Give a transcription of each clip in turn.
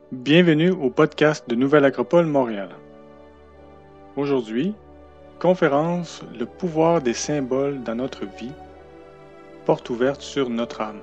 Bienvenue au podcast de Nouvelle Acropole Montréal. Aujourd'hui, conférence Le pouvoir des symboles dans notre vie, porte ouverte sur notre âme.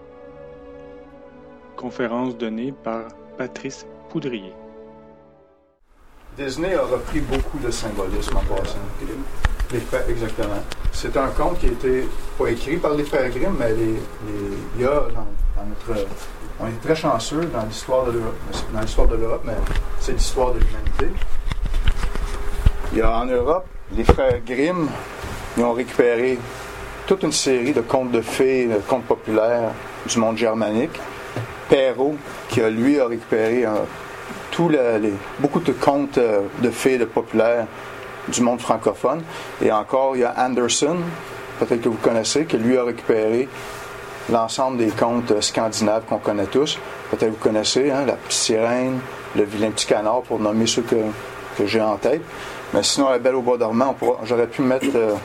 Conférence donnée par Patrice Poudrier. Disney a repris beaucoup de symbolisme en passant. Exactement. C'est un conte qui a été pas écrit par les frères Grimm, mais il y a dans notre... On est très chanceux dans l'histoire de l'Europe, mais c'est l'histoire de l'humanité. Il y a en Europe, les frères Grimm, ils ont récupéré toute une série de contes de fées, de contes populaires du monde germanique. Perrault, qui lui a récupéré beaucoup de contes de fées, de populaires du monde francophone. Et encore, il y a Andersen, peut-être que vous connaissez, qui lui a récupéré l'ensemble des contes scandinaves qu'on connaît tous. Peut-être vous connaissez, la petite sirène, le vilain petit canard, pour nommer ceux que j'ai en tête. Mais sinon, la Belle au bois dormant, j'aurais pu mettre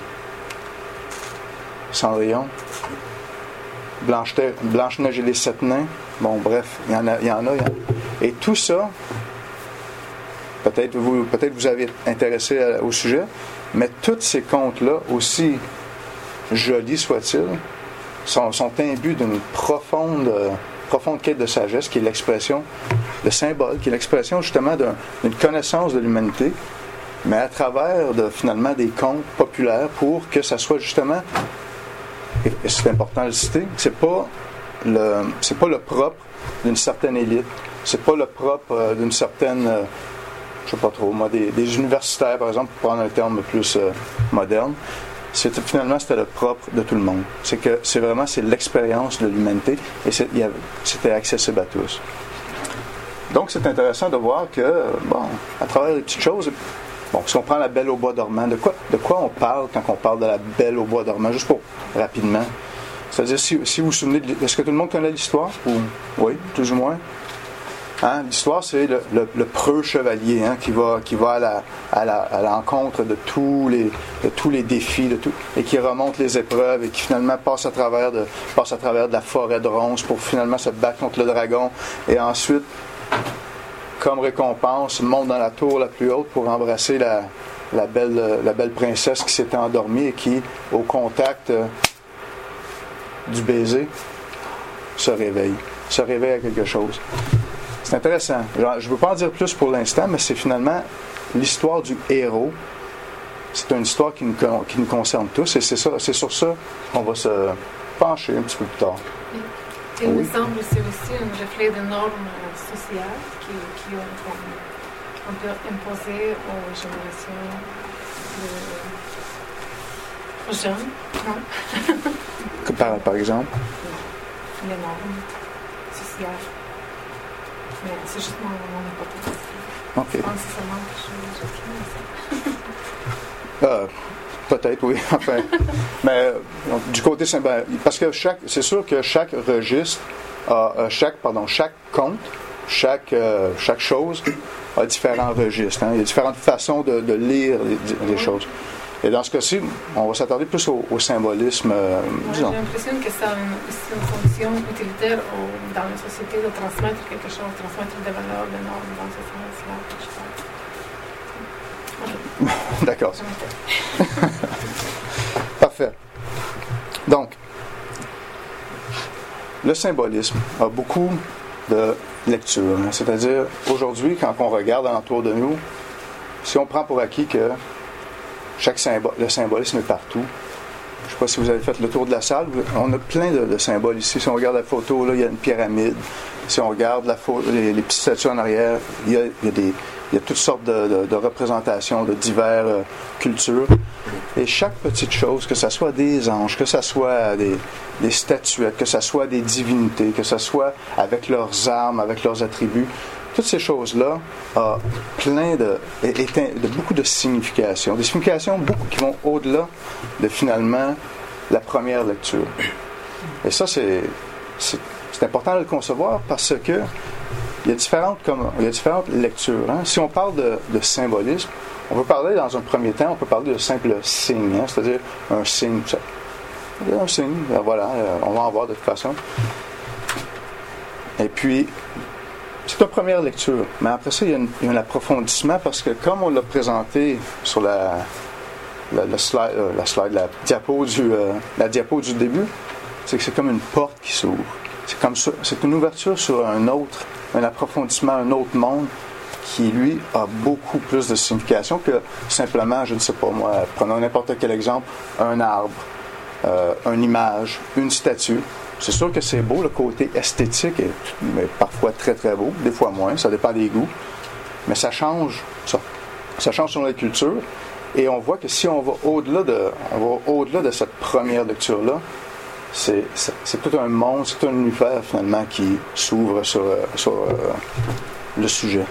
Cendrillon, Blanche-Neige et les sept nains. Bon, bref, il y en a. Et tout ça, peut-être vous avez intéressé au sujet, mais tous ces contes-là, aussi jolis soient-ils, sont imbus d'une profonde quête de sagesse, qui est l'expression de symboles, qui est l'expression justement d'une connaissance de l'humanité, mais à travers finalement des contes populaires pour que ça soit justement, et c'est important de le citer, c'est pas le propre d'une certaine élite, c'est pas le propre d'une certaine, je sais pas trop, moi, des universitaires par exemple, pour prendre un terme plus moderne. Finalement, c'était le propre de tout le monde. C'est l'expérience de l'humanité et c'était accessible à tous. Donc, c'est intéressant de voir que, à travers les petites choses, si on prend la Belle au bois dormant, de quoi on parle quand on parle de la Belle au bois dormant, juste pour rapidement. C'est-à-dire, si vous vous souvenez, est-ce que tout le monde connaît l'histoire? Oui, plus ou moins. L'histoire, c'est le preux chevalier qui va à l'encontre de tous les défis, et qui remonte les épreuves et qui finalement passe à travers de la forêt de ronces pour finalement se battre contre le dragon et ensuite, comme récompense, monte dans la tour la plus haute pour embrasser la belle princesse qui s'était endormie et qui, au contact du baiser, se réveille à quelque chose. C'est intéressant. Je ne veux pas en dire plus pour l'instant, mais c'est finalement l'histoire du héros. C'est une histoire qui nous concerne tous, et c'est sur ça qu'on va se pencher un petit peu plus tard. Il me semble que c'est aussi un reflet des normes sociales qui ont un peu imposé aux générations aux jeunes, non? Par exemple? Les normes sociales. Mais c'est juste mon hypothèse. OK. Je pense que ça manque. Peut-être, oui. Enfin, mais du côté symbolique, parce que c'est sûr que chaque registre, chaque conte, chaque chose a différents registres. Il y a différentes façons de lire les choses. Et dans ce cas-ci, on va s'attarder plus au symbolisme, disons. J'ai l'impression que ça a une fonction utilitaire dans la société de transmettre quelque chose, transmettre des valeurs, des normes dans ce sens-là. Okay. D'accord. Parfait. Donc, le symbolisme a beaucoup de lectures. C'est-à-dire, aujourd'hui, quand on regarde alentour de nous, si on prend pour acquis que le symbolisme est partout. Je ne sais pas si vous avez fait le tour de la salle. On a plein de symboles ici. Si on regarde la photo, là, il y a une pyramide. Si on regarde les petites statues en arrière, il y a toutes sortes de représentations de diverses cultures. Et chaque petite chose, que ce soit des anges, que ce soit des statuettes, que ce soit des divinités, que ce soit avec leurs armes, avec leurs attributs, toutes ces choses-là ont plein de beaucoup de significations. Des significations qui vont au-delà de finalement la première lecture. Et ça, c'est important de le concevoir parce que il y a différentes lectures. Si on parle de symbolisme, on peut parler dans un premier temps, on peut parler de simple signe, c'est-à-dire un signe. Un signe, voilà, on va en voir de toute façon. Et puis, c'est une première lecture. Mais après ça, il y a un approfondissement parce que comme on l'a présenté sur la diapo du début, c'est que c'est comme une porte qui s'ouvre. C'est une ouverture sur un approfondissement, un autre monde qui, lui, a beaucoup plus de signification que simplement, je ne sais pas moi, prenons n'importe quel exemple, un arbre, une image, une statue. C'est sûr que c'est beau, le côté esthétique est parfois très très beau, des fois moins, ça dépend des goûts, mais ça change selon la culture, et on voit que si on va au-delà de cette première lecture-là, c'est tout un monde, c'est tout un univers finalement qui s'ouvre sur le sujet.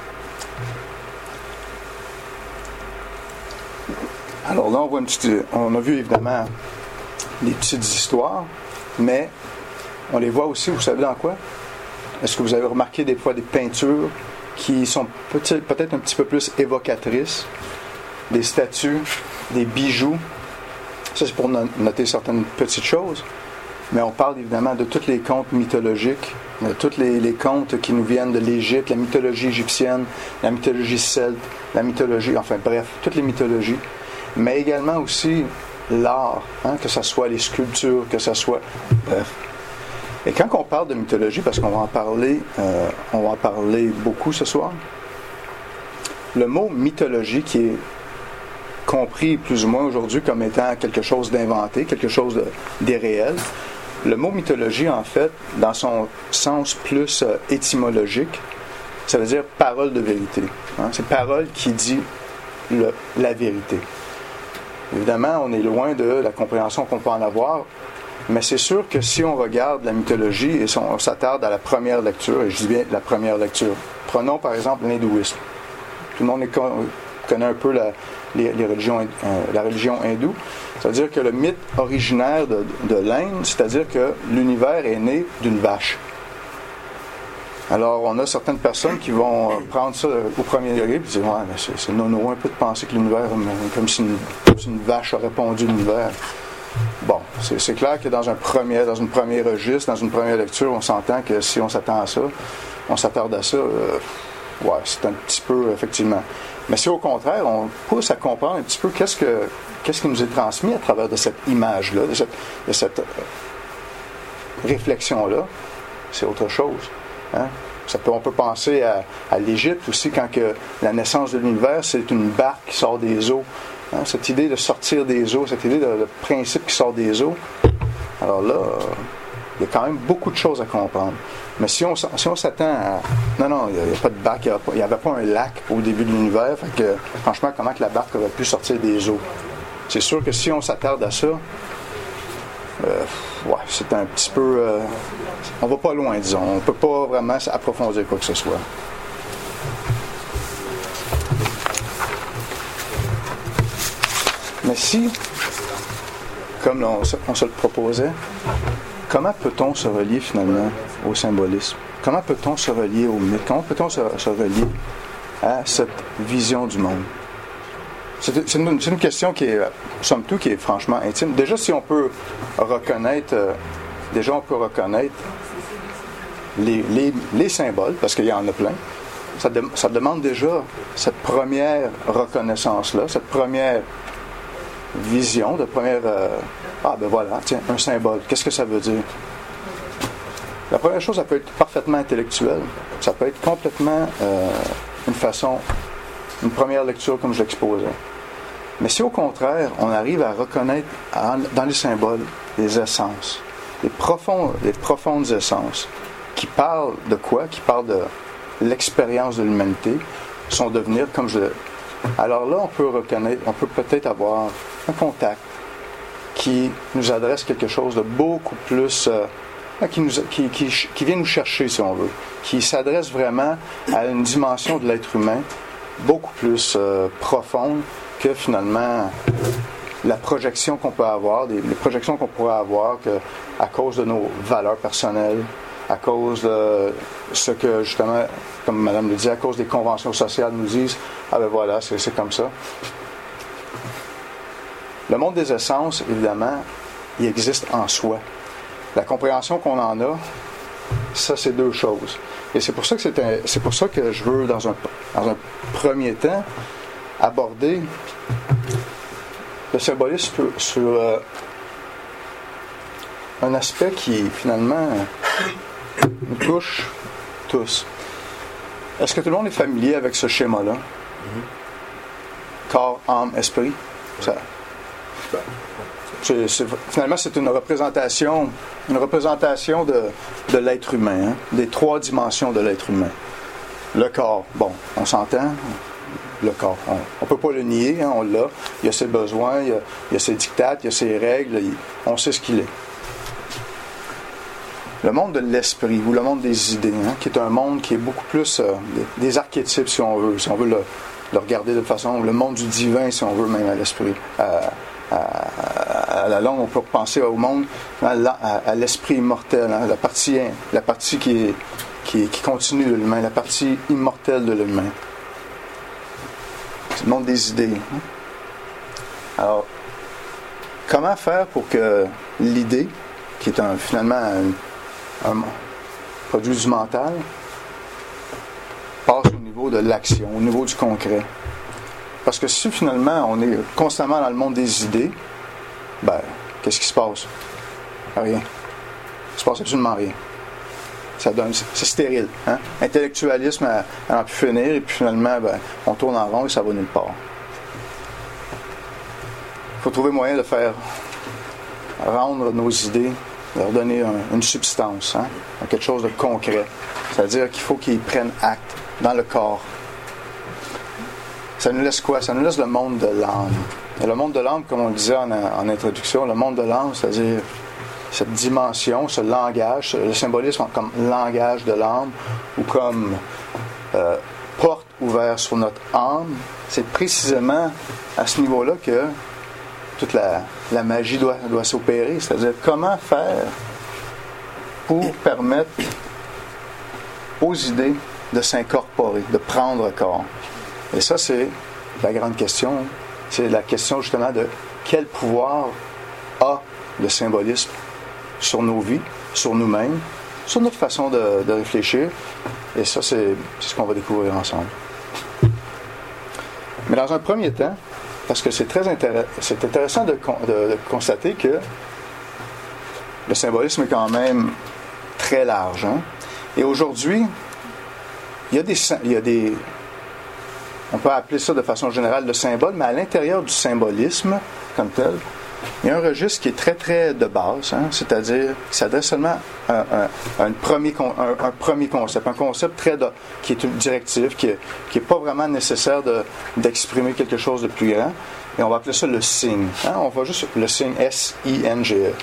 Alors là, on a vu évidemment des petites histoires, mais on les voit aussi, vous savez dans quoi? Est-ce que vous avez remarqué des fois des peintures qui sont peut-être un petit peu plus évocatrices, des statues, des bijoux? Ça, c'est pour noter certaines petites choses. Mais on parle évidemment de tous les contes mythologiques, de tous les contes qui nous viennent de l'Égypte, la mythologie égyptienne, la mythologie celte, la mythologie, enfin bref, toutes les mythologies. Mais également aussi l'art, que ce soit les sculptures, que ce soit... Bref. Et quand on parle de mythologie, parce qu'on va en parler beaucoup ce soir, le mot mythologie qui est compris plus ou moins aujourd'hui comme étant quelque chose d'inventé, quelque chose d'irréel, le mot mythologie, en fait, dans son sens plus étymologique, ça veut dire parole de vérité. C'est parole qui dit la vérité. Évidemment, on est loin de la compréhension qu'on peut en avoir, mais c'est sûr que si on regarde la mythologie et si on s'attarde à la première lecture, et je dis bien la première lecture, prenons par exemple l'hindouisme. Tout le monde connaît un peu la religion hindoue. C'est-à-dire que le mythe originaire de l'Inde, c'est-à-dire que l'univers est né d'une vache. Alors, on a certaines personnes qui vont prendre ça au premier degré et dire « Ouais, mais c'est nono un peu de penser que l'univers, comme si une vache aurait pondu l'univers. » Bon, c'est clair que dans un premier registre, dans une première lecture, on s'entend que si on s'attarde à ça, ouais, c'est un petit peu, effectivement. Mais si au contraire, on pousse à comprendre un petit peu qu'est-ce qui nous est transmis à travers de cette image-là, de cette réflexion-là, c'est autre chose. On peut penser à l'Égypte aussi, quand que la naissance de l'univers, c'est une barque qui sort des eaux. Cette idée de sortir des eaux, cette idée de principe qui sort des eaux. Alors là, il y a quand même beaucoup de choses à comprendre. Mais si on s'attend à... Non, il n'y a pas de barque, il n'y avait pas un lac au début de l'univers. Fait que, franchement, comment que la barque aurait pu sortir des eaux? C'est sûr que si on s'attarde à ça, c'est un petit peu... on va pas loin, disons. On ne peut pas vraiment approfondir quoi que ce soit. Mais si, comme on se le proposait, comment peut-on se relier finalement au symbolisme? Comment peut-on se relier au mythe? Comment peut-on se relier à cette vision du monde? C'est une question qui est, somme toute, qui est franchement intime. Déjà, si on peut reconnaître, les symboles, parce qu'il y en a plein, ça demande déjà cette première reconnaissance-là, cette première vision, un symbole. Qu'est-ce que ça veut dire? La première chose, ça peut être parfaitement intellectuel. Ça peut être complètement une première lecture comme je l'exposais. Mais si au contraire, on arrive à reconnaître dans les symboles des essences, les profondes essences, qui parlent de quoi? Qui parlent de l'expérience de l'humanité, son devenir, alors là, on peut peut-être avoir un contact qui nous adresse quelque chose de beaucoup plus, qui vient nous chercher, si on veut, qui s'adresse vraiment à une dimension de l'être humain beaucoup plus profonde que finalement la projection qu'on peut avoir, les projections qu'on pourrait avoir à cause de nos valeurs personnelles, à cause de ce que, justement, comme Madame le dit, à cause des conventions sociales nous disent « Ah ben voilà, c'est comme ça ». Le monde des essences, évidemment, il existe en soi. La compréhension qu'on en a ça, c'est deux choses. Et c'est pour ça que je veux, dans un premier temps, aborder le symbolisme sur un aspect qui, finalement, nous touche tous. Est-ce que tout le monde est familier avec ce schéma-là? Corps, âme, esprit? Ça, finalement, c'est une représentation de l'être humain, hein, des trois dimensions de l'être humain. Le corps, bon, on s'entend, le corps, on ne peut pas le nier, hein, on l'a, il y a ses besoins, il y a ses dictats, il y a ses règles, on sait ce qu'il est. Le monde de l'esprit, ou le monde des idées, hein, qui est un monde qui est beaucoup plus des archétypes, si on veut le regarder de façon, le monde du divin, si on veut, même à l'esprit. À la longue, on peut penser au monde, à l'esprit immortel, hein, la partie qui continue de l'humain, la partie immortelle de l'humain. C'est le monde des idées. Hein. Alors, comment faire pour que l'idée, qui est finalement un produit du mental, passe au niveau de l'action, au niveau du concret? Parce que si finalement on est constamment dans le monde des idées, ben, qu'est-ce qui se passe? Rien. Il se passe absolument rien. C'est stérile. Hein? Intellectualisme à n'en plus finir, et puis finalement, ben, on tourne en rond et ça va nulle part. Il faut trouver moyen de faire rendre nos idées, leur donner une substance, hein? Quelque chose de concret. C'est-à-dire qu'il faut qu'ils prennent acte dans le corps. Ça nous laisse quoi? Ça nous laisse le monde de l'âme. Et le monde de l'âme, comme on le disait en introduction, le monde de l'âme, c'est-à-dire cette dimension, ce langage, le symbolisme comme langage de l'âme ou comme porte ouverte sur notre âme, c'est précisément à ce niveau-là que toute la magie doit s'opérer. C'est-à-dire comment faire pour permettre aux idées de s'incorporer, de prendre corps. Et ça, c'est la grande question. C'est la question justement de quel pouvoir a le symbolisme sur nos vies, sur nous-mêmes, sur notre façon de réfléchir. Et ça, c'est ce qu'on va découvrir ensemble. Mais dans un premier temps, parce que c'est intéressant de constater que le symbolisme est quand même très large. Hein? Et aujourd'hui, il y a des on peut appeler ça de façon générale le symbole, mais à l'intérieur du symbolisme, comme tel, il y a un registre qui est très, très de base, hein, c'est-à-dire qui s'adresse seulement à un premier concept, un concept qui est une directive, qui est pas vraiment nécessaire d'exprimer quelque chose de plus grand, et on va appeler ça le signe. Hein, on va juste le signe S-I-N-G-E.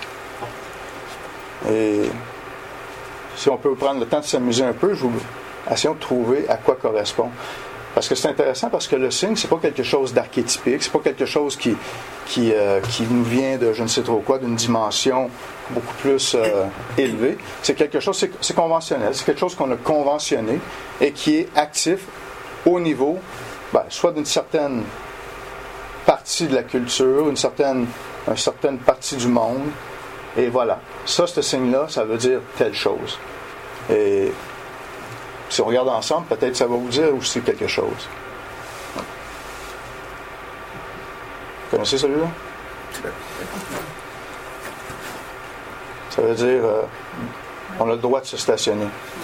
Et si on peut prendre le temps de s'amuser un peu, essayons de trouver à quoi correspond. Parce que c'est intéressant, parce que le signe, c'est pas quelque chose d'archétypique, c'est pas quelque chose qui nous vient de je ne sais trop quoi, d'une dimension beaucoup plus élevée. C'est quelque chose, c'est conventionnel, c'est quelque chose qu'on a conventionné et qui est actif au niveau, soit d'une certaine partie de la culture, une certaine partie du monde. Et voilà. Ça, ce signe-là, ça veut dire telle chose. Et si on regarde ensemble, peut-être ça va vous dire aussi quelque chose. Vous connaissez celui-là? Ça veut dire on a le droit de se stationner.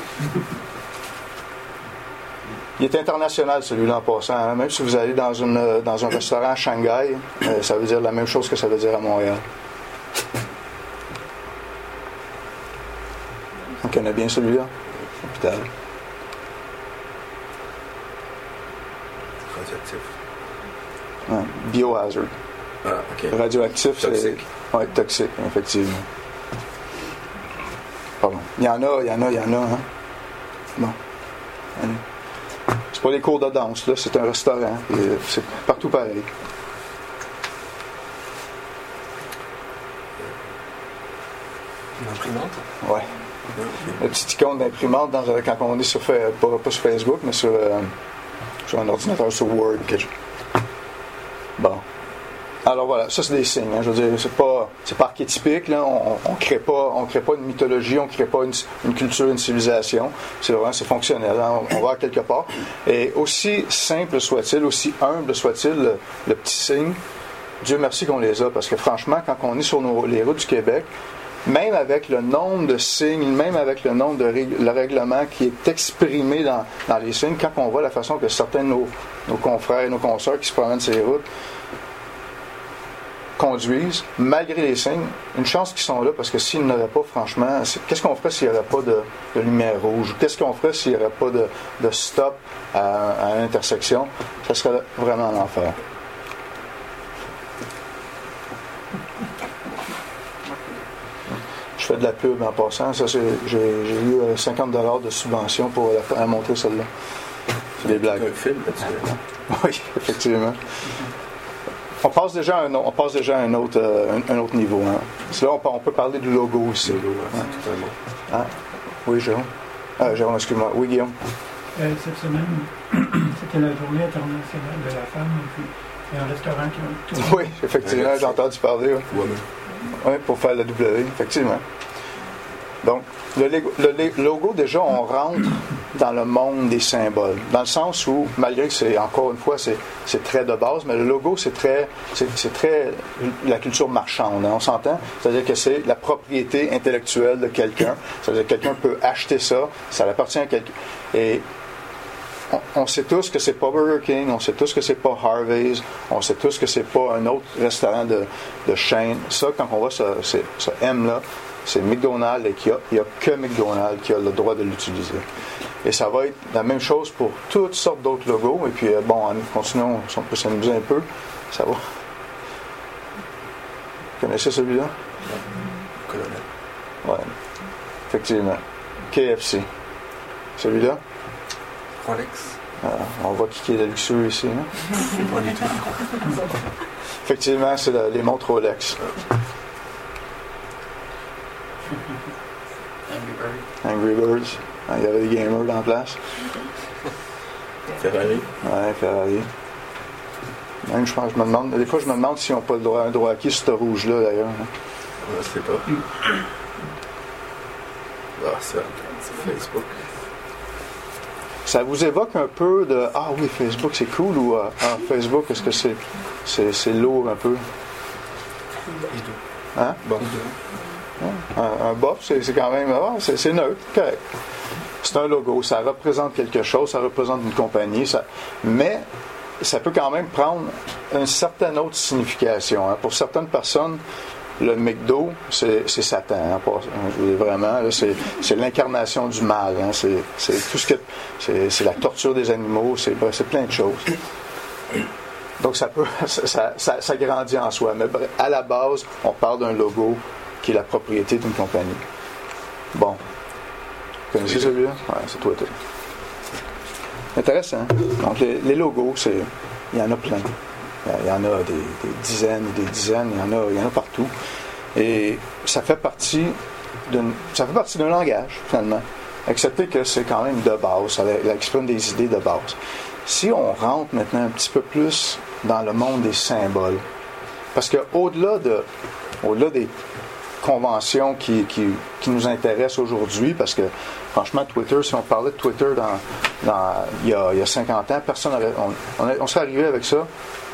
Il est international celui-là en passant. Hein? Même si vous allez dans un restaurant à Shanghai, ça veut dire la même chose que ça veut dire à Montréal. On connaît bien celui-là? Hôpital. Radioactif. Ouais, biohazard. Ah, ok. Radioactif, toxique. Oui, toxique, effectivement. Pardon. Il y en a, hein? Bon. Allez. C'est pas des cours de danse, là, c'est un restaurant. Et c'est partout pareil. Une imprimante? Ouais. La petite icône d'imprimante quand on est sur pas sur Facebook, mais sur un ordinateur, sur Word. Bon. Alors voilà, ça c'est des signes. Hein, je veux dire, c'est pas archétypique. Là, on crée pas une mythologie, on crée pas une culture, une civilisation. C'est fonctionnel. Hein, on va quelque part. Et aussi simple soit-il, aussi humble soit-il, le petit signe. Dieu merci qu'on les a, parce que franchement, quand on est sur les routes du Québec, même avec le nombre de signes, même avec le nombre le règlement qui est exprimé dans les signes, quand on voit la façon que certains de nos confrères et nos consoeurs qui se promènent sur les routes conduisent, malgré les signes, une chance qu'ils sont là, parce que s'ils n'auraient pas, franchement, qu'est-ce qu'on ferait s'il n'y aurait pas de lumière rouge? Qu'est-ce qu'on ferait s'il n'y aurait pas de stop à l'intersection? Ça serait vraiment l'enfer. Je fais de la pub en passant. Ça, j'ai eu 50$ de subvention pour la montrer celle-là. C'est des blagues. Un film là-dessus. Oui, effectivement. On passe déjà à un autre niveau. Hein. Là, on peut parler du logo aussi. Le logo, c'est totalement. Hein? Oui, Jérôme. Jérôme, excuse-moi. Oui, Guillaume. Cette semaine, c'était la journée internationale de la femme. Et puis, il y a un restaurant qui a tout. Oui, effectivement, j'ai entendu parler. Oui, pour faire le W, effectivement. Donc, le logo, déjà, on rentre dans le monde des symboles. Dans le sens où, malgré que c'est, encore une fois, c'est très de base, mais le logo, c'est très la culture marchande, hein, on s'entend? C'est-à-dire que c'est la propriété intellectuelle de quelqu'un. C'est-à-dire que quelqu'un peut acheter ça, ça appartient à quelqu'un. Et on sait tous que c'est pas Burger King, on sait tous que c'est pas Harvey's, on sait tous que c'est pas un autre restaurant de chaîne. Ça, quand on voit ce M-là, c'est McDonald's et il n'y a que McDonald's qui a le droit de l'utiliser. Et ça va être la même chose pour toutes sortes d'autres logos. Et puis, en continuant, si on peut s'amuser un peu, ça va. Vous connaissez celui-là? Colonel. Oui, effectivement. KFC. Celui-là? Rolex. On voit qui est le luxueux ici. Hein? Pas du tout. Effectivement, c'est les montres Rolex. Angry Birds. Il y avait des gamers dans la place. Ferrari. Ouais, Ferrari. Même, des fois, je me demande s'ils n'ont pas un droit acquis sur ce rouge-là, d'ailleurs. Hein. Je sais pas. C'est Facebook. Ça vous évoque un peu de « Ah oui, Facebook, c'est cool » ou Facebook, est-ce que c'est lourd un peu? Hein? Bon. Un bof, c'est quand même... c'est neutre, correct. C'est un logo, ça représente quelque chose, ça représente une compagnie, mais ça peut quand même prendre une certaine autre signification. Hein. Pour certaines personnes, le McDo, c'est Satan. Hein, vraiment, là, c'est l'incarnation du mal. Hein, c'est tout ce que c'est la torture des animaux. C'est plein de choses. Donc ça grandit en soi. Mais à la base, on parle d'un logo qui est la propriété d'une compagnie. Bon, vous connaissez celui-là? Ouais, c'est Twitter. Intéressant. Donc les logos, il y en a plein. Il y en a des dizaines, il y en a partout. Et ça fait partie d'un langage, finalement. Excepté que c'est quand même de base, ça exprime des idées de base. Si on rentre maintenant un petit peu plus dans le monde des symboles, parce que au-delà des conventions qui nous intéressent aujourd'hui, parce que franchement, Twitter, si on parlait de Twitter il y a 50 ans, personne on serait arrivé avec ça.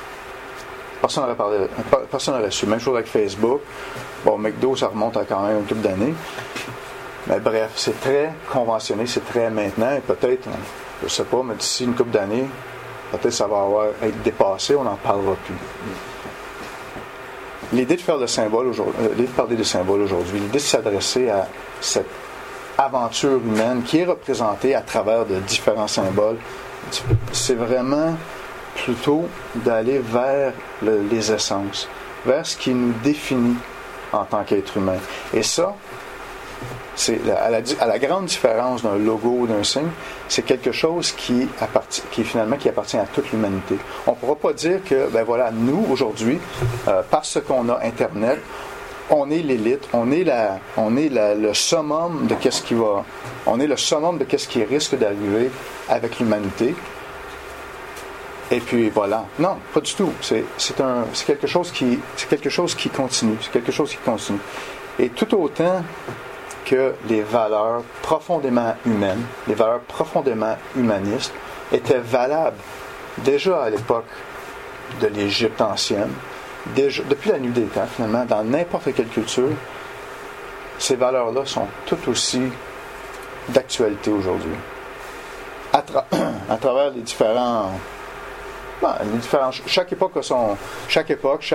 Personne n'aurait su. Même chose avec Facebook. Bon, McDo, ça remonte à quand même une couple d'années. Mais bref, c'est très conventionné, c'est très maintenant. Et peut-être, je ne sais pas, mais d'ici une couple d'années, peut-être ça va être dépassé, on n'en parlera plus. L'idée de faire le symbole aujourd'hui, l'idée de parler des symboles aujourd'hui, l'idée de s'adresser à cette aventure humaine qui est représentée à travers de différents symboles, c'est vraiment plutôt d'aller vers les essences, vers ce qui nous définit en tant qu'être humain. Et ça, c'est à la grande différence d'un logo ou d'un signe, c'est quelque chose qui appartient à toute l'humanité. On ne pourra pas dire que, nous, aujourd'hui, parce qu'on a Internet, on est l'élite, on est le summum de qu'est-ce qui risque d'arriver avec l'humanité. Et puis voilà. Non, pas du tout. C'est quelque chose qui continue. C'est quelque chose qui continue. Et tout autant que les valeurs profondément humaines, les valeurs profondément humanistes, étaient valables déjà à l'époque de l'Égypte ancienne, déjà, depuis la nuit des temps, finalement, dans n'importe quelle culture, ces valeurs-là sont tout aussi d'actualité aujourd'hui. À travers les différents... chaque époque a son... Chaque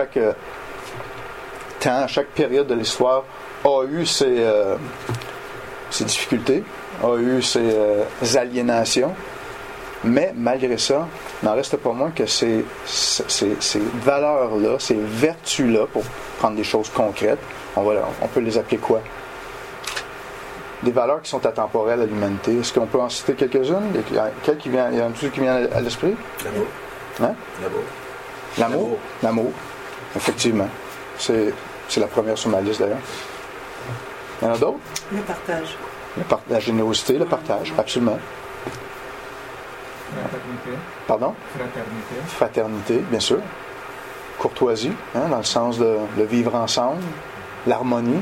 temps, chaque période de l'histoire a eu ses difficultés, a eu ses aliénations, mais malgré ça, il n'en reste pas moins que ces valeurs-là, ces vertus-là, pour prendre des choses concrètes, on peut les appeler quoi? Des valeurs qui sont atemporelles à l'humanité. Est-ce qu'on peut en citer quelques-unes? Il y en a qui vient à l'esprit? L'amour. Hein? L'amour. L'amour, effectivement. C'est la première sur ma liste d'ailleurs. Il y en a d'autres? Le partage. La générosité, le partage, absolument. Fraternité. Pardon? Fraternité, bien sûr. Courtoisie, dans le sens de vivre ensemble. L'harmonie.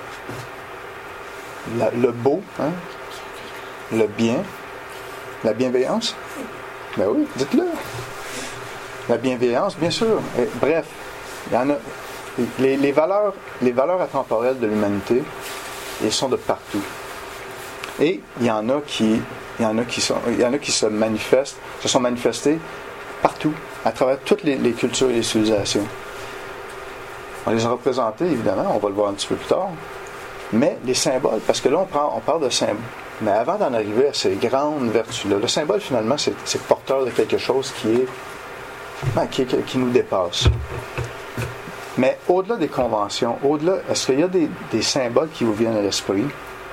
Le beau, le bien. La bienveillance. Ben oui, dites-le. La bienveillance, bien sûr. Et, bref, il y en a. Les valeurs atemporelles de l'humanité, elles sont de partout. Et il y en a qui se manifestent, se sont manifestés partout, à travers toutes les cultures et les civilisations. On les a représentés, évidemment, on va le voir un petit peu plus tard. Mais les symboles, parce que là, on parle de symboles. Mais avant d'en arriver à ces grandes vertus-là, le symbole, finalement, c'est porteur de quelque chose qui nous dépasse. Mais au-delà des conventions, est-ce qu'il y a des symboles qui vous viennent à l'esprit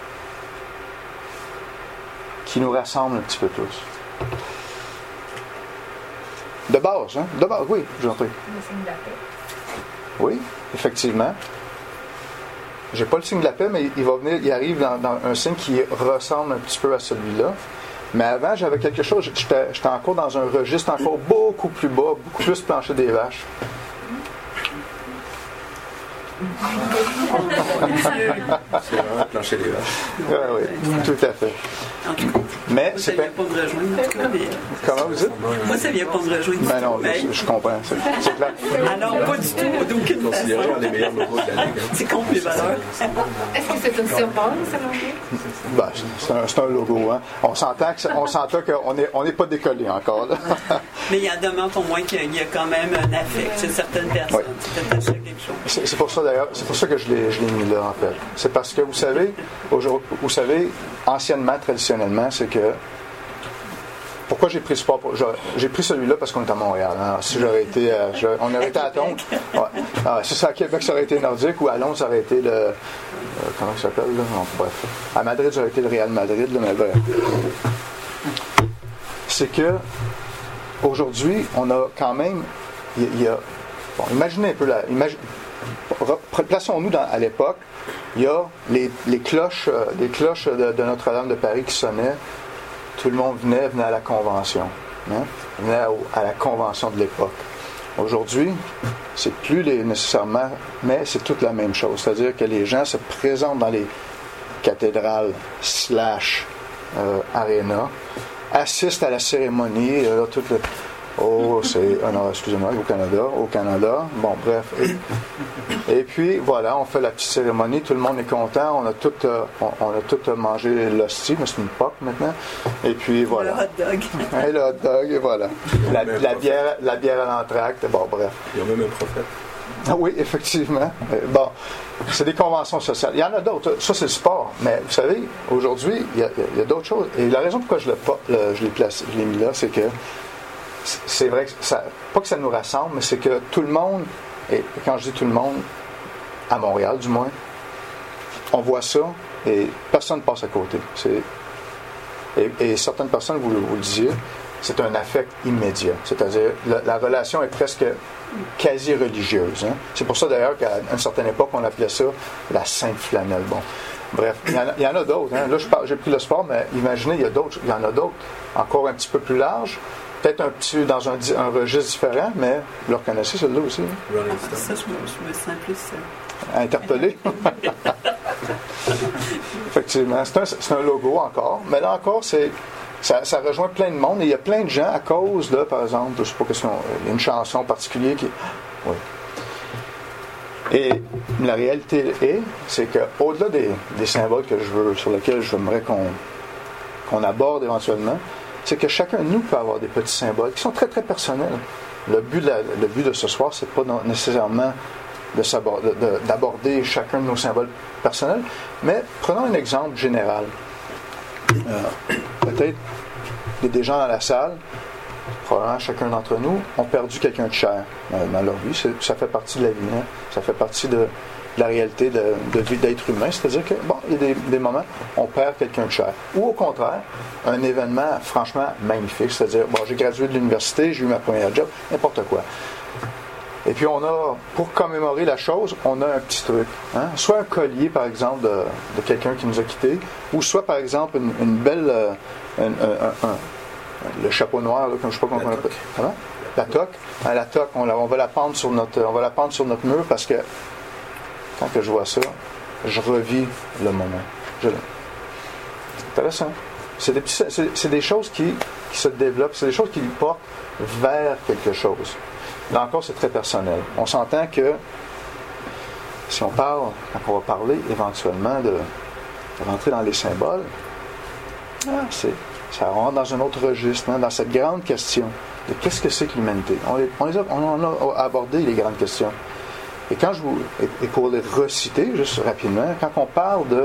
qui nous rassemblent un petit peu tous? De base, oui, je vous en prie. Le signe de la paix. Oui, effectivement. J'ai pas le signe de la paix, mais il arrive dans un signe qui ressemble un petit peu à celui-là. Mais avant, j'avais quelque chose, j'étais encore dans un registre encore beaucoup plus bas, beaucoup plus plancher des vaches. C'est vraiment plancher des vaches. Oui, tout à fait. En tout cas, mais moi, ça vient pas me rejoindre. En tout cas, mais... Comment vous dites? Moi, ça vient pas me rejoindre. Ben non, je comprends. C'est clair. Alors, pas du tout, d'aucune façon. Considéré un des meilleurs logos de la Ligue. C'est contre les valeurs. Est-ce que c'est un symbole, selon vous? Ben, c'est un logo. Hein. On s'entend qu'on n'est pas décollé encore. Là. Mais il y a demeure pour moi qu'il y a quand même un affect chez certaines personnes. Oui. C'est attaché à quelque chose. C'est pour ça d'ailleurs, c'est pour ça que je l'ai mis là en fait. C'est parce que vous savez, anciennement, traditionnellement, c'est que pourquoi j'ai pris ce sport? J'ai pris celui-là parce qu'on est à Montréal. Hein. Si j'aurais été, on aurait été à Londres. Ouais. Si c'est à Québec, ça aurait été nordique, ou à Londres, ça aurait été le comment ça s'appelle là? Non, bref. À Madrid, ça aurait été le Real Madrid, là, mais bref. C'est que aujourd'hui, on a quand même, imaginez un peu plaçons-nous à l'époque. Il y a les cloches de Notre-Dame de Paris qui sonnaient. Tout le monde venait à la convention. Hein? Venait à la convention de l'époque. Aujourd'hui, c'est plus nécessairement, mais c'est toute la même chose. C'est-à-dire que les gens se présentent dans les cathédrales / arénas, assistent à la cérémonie, excusez-moi, au Canada. Bon, bref. Et puis, voilà, on fait la petite cérémonie, tout le monde est content, on a tout mangé l'hostie, mais c'est une pop maintenant. Et puis, voilà. Le hot dog. Et le hot dog, et voilà. La bière à l'entracte, bon, bref. Il y a même un prophète. Ah oui, effectivement. Bon, c'est des conventions sociales. Il y en a d'autres. Ça, c'est le sport. Mais vous savez, aujourd'hui, il y a d'autres choses. Et la raison pourquoi je l'ai mis là, c'est que c'est vrai que pas que ça nous rassemble, mais c'est que tout le monde, et quand je dis tout le monde, à Montréal du moins, on voit ça et personne ne passe à côté. Et certaines personnes, vous le disiez, c'est un affect immédiat. C'est-à-dire, la relation est presque quasi religieuse. Hein? C'est pour ça d'ailleurs qu'à une certaine époque, on appelait ça la sainte flanelle. Bon. Bref, il y en a d'autres. Hein? Là, j'ai pris le sport, mais imaginez, il y en a d'autres encore un petit peu plus larges. peut-être un petit dans un registre différent, mais vous le reconnaissez, celui-là aussi. Rolling Ça, Stone. je me sens plus... Interpellé. Effectivement, c'est un logo encore. Mais là encore, ça rejoint plein de monde. Et il y a plein de gens à cause de, par exemple, je ne sais pas question, il y a une chanson particulière qui. Oui. Et la réalité c'est qu'au-delà des symboles sur lesquels j'aimerais qu'on aborde éventuellement, c'est que chacun de nous peut avoir des petits symboles qui sont très très personnels. Le but de ce soir, c'est pas nécessairement d'aborder chacun de nos symboles personnels, mais prenons un exemple général. Peut-être il y a des gens dans la salle, probablement chacun d'entre nous, ont perdu quelqu'un de cher dans leur vie. Ça fait partie de la vie, hein? Ça fait partie de la réalité de vie d'être humain. C'est-à-dire que, bon, il y a des moments où on perd quelqu'un de cher. Ou au contraire, un événement franchement magnifique. C'est-à-dire, bon, j'ai gradué de l'université, j'ai eu ma première job, n'importe quoi. Et puis on a, pour commémorer la chose, on a un petit truc. Hein? Soit un collier, par exemple, de quelqu'un qui nous a quittés, ou soit, par exemple, une belle... le chapeau noir, là, comme je ne sais pas comment on appelle. Comment? La toque. Hein, la toque, on va la pendre sur notre mur parce que quand que je vois ça, je revis le moment. C'est intéressant. C'est des choses qui se développent, c'est des choses qui portent vers quelque chose. Là encore, c'est très personnel. On s'entend que si on parle, quand on va parler éventuellement de rentrer dans les symboles, ça rentre dans un autre registre, hein, dans cette grande question de qu'est-ce que c'est que l'humanité. On en a abordé les grandes questions. Et pour les reciter, juste rapidement, quand on parle de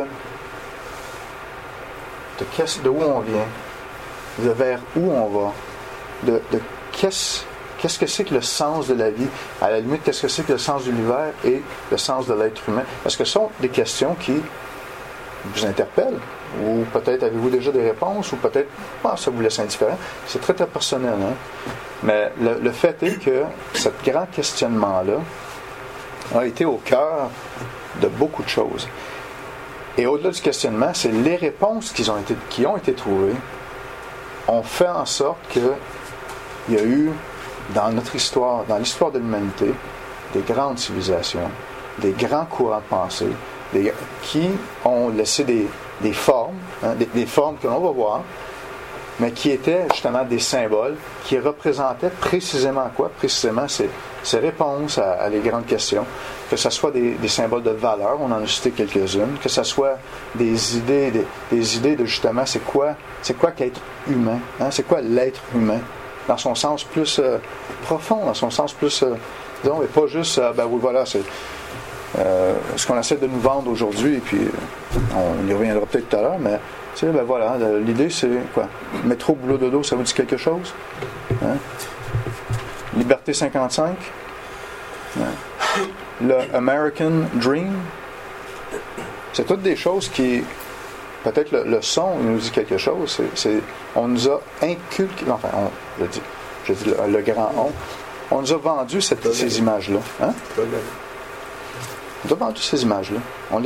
où on vient, de vers où on va, de qu'est-ce que c'est que le sens de la vie, à la limite, qu'est-ce que c'est que le sens de l'univers et le sens de l'être humain. Parce que ce sont des questions qui vous interpellent, ou peut-être avez-vous déjà des réponses, ou peut-être ça vous laisse indifférent. C'est très, très personnel. Hein? Mais le fait est que ce grand questionnement-là a été au cœur de beaucoup de choses. Et au-delà du questionnement, c'est les réponses qui ont été trouvées ont fait en sorte qu'il y a eu, dans notre histoire, dans l'histoire de l'humanité, des grandes civilisations, des grands courants de pensée, qui ont laissé des formes, hein, des formes que l'on va voir, mais qui étaient justement des symboles qui représentaient précisément quoi? Précisément ces réponses à les grandes questions. Que ce soit des symboles de valeur, on en a cité quelques-unes, que ce soit des idées de justement c'est quoi qu'être humain, hein? C'est quoi l'être humain, dans son sens plus profond, dans son sens plus, disons, et pas juste, oui, voilà, c'est ce qu'on essaie de nous vendre aujourd'hui, et puis on y reviendra peut-être tout à l'heure, mais tu sais, voilà, l'idée c'est quoi? Métro, boulot, dodo, ça vous dit quelque chose? Hein? Liberté 55? Hein? Le American Dream? C'est toutes des choses qui, peut-être le son nous dit quelque chose, on nous a inculqué, enfin, je dis le grand on nous a vendu ces images-là. Hein? On nous a vendu ces images-là.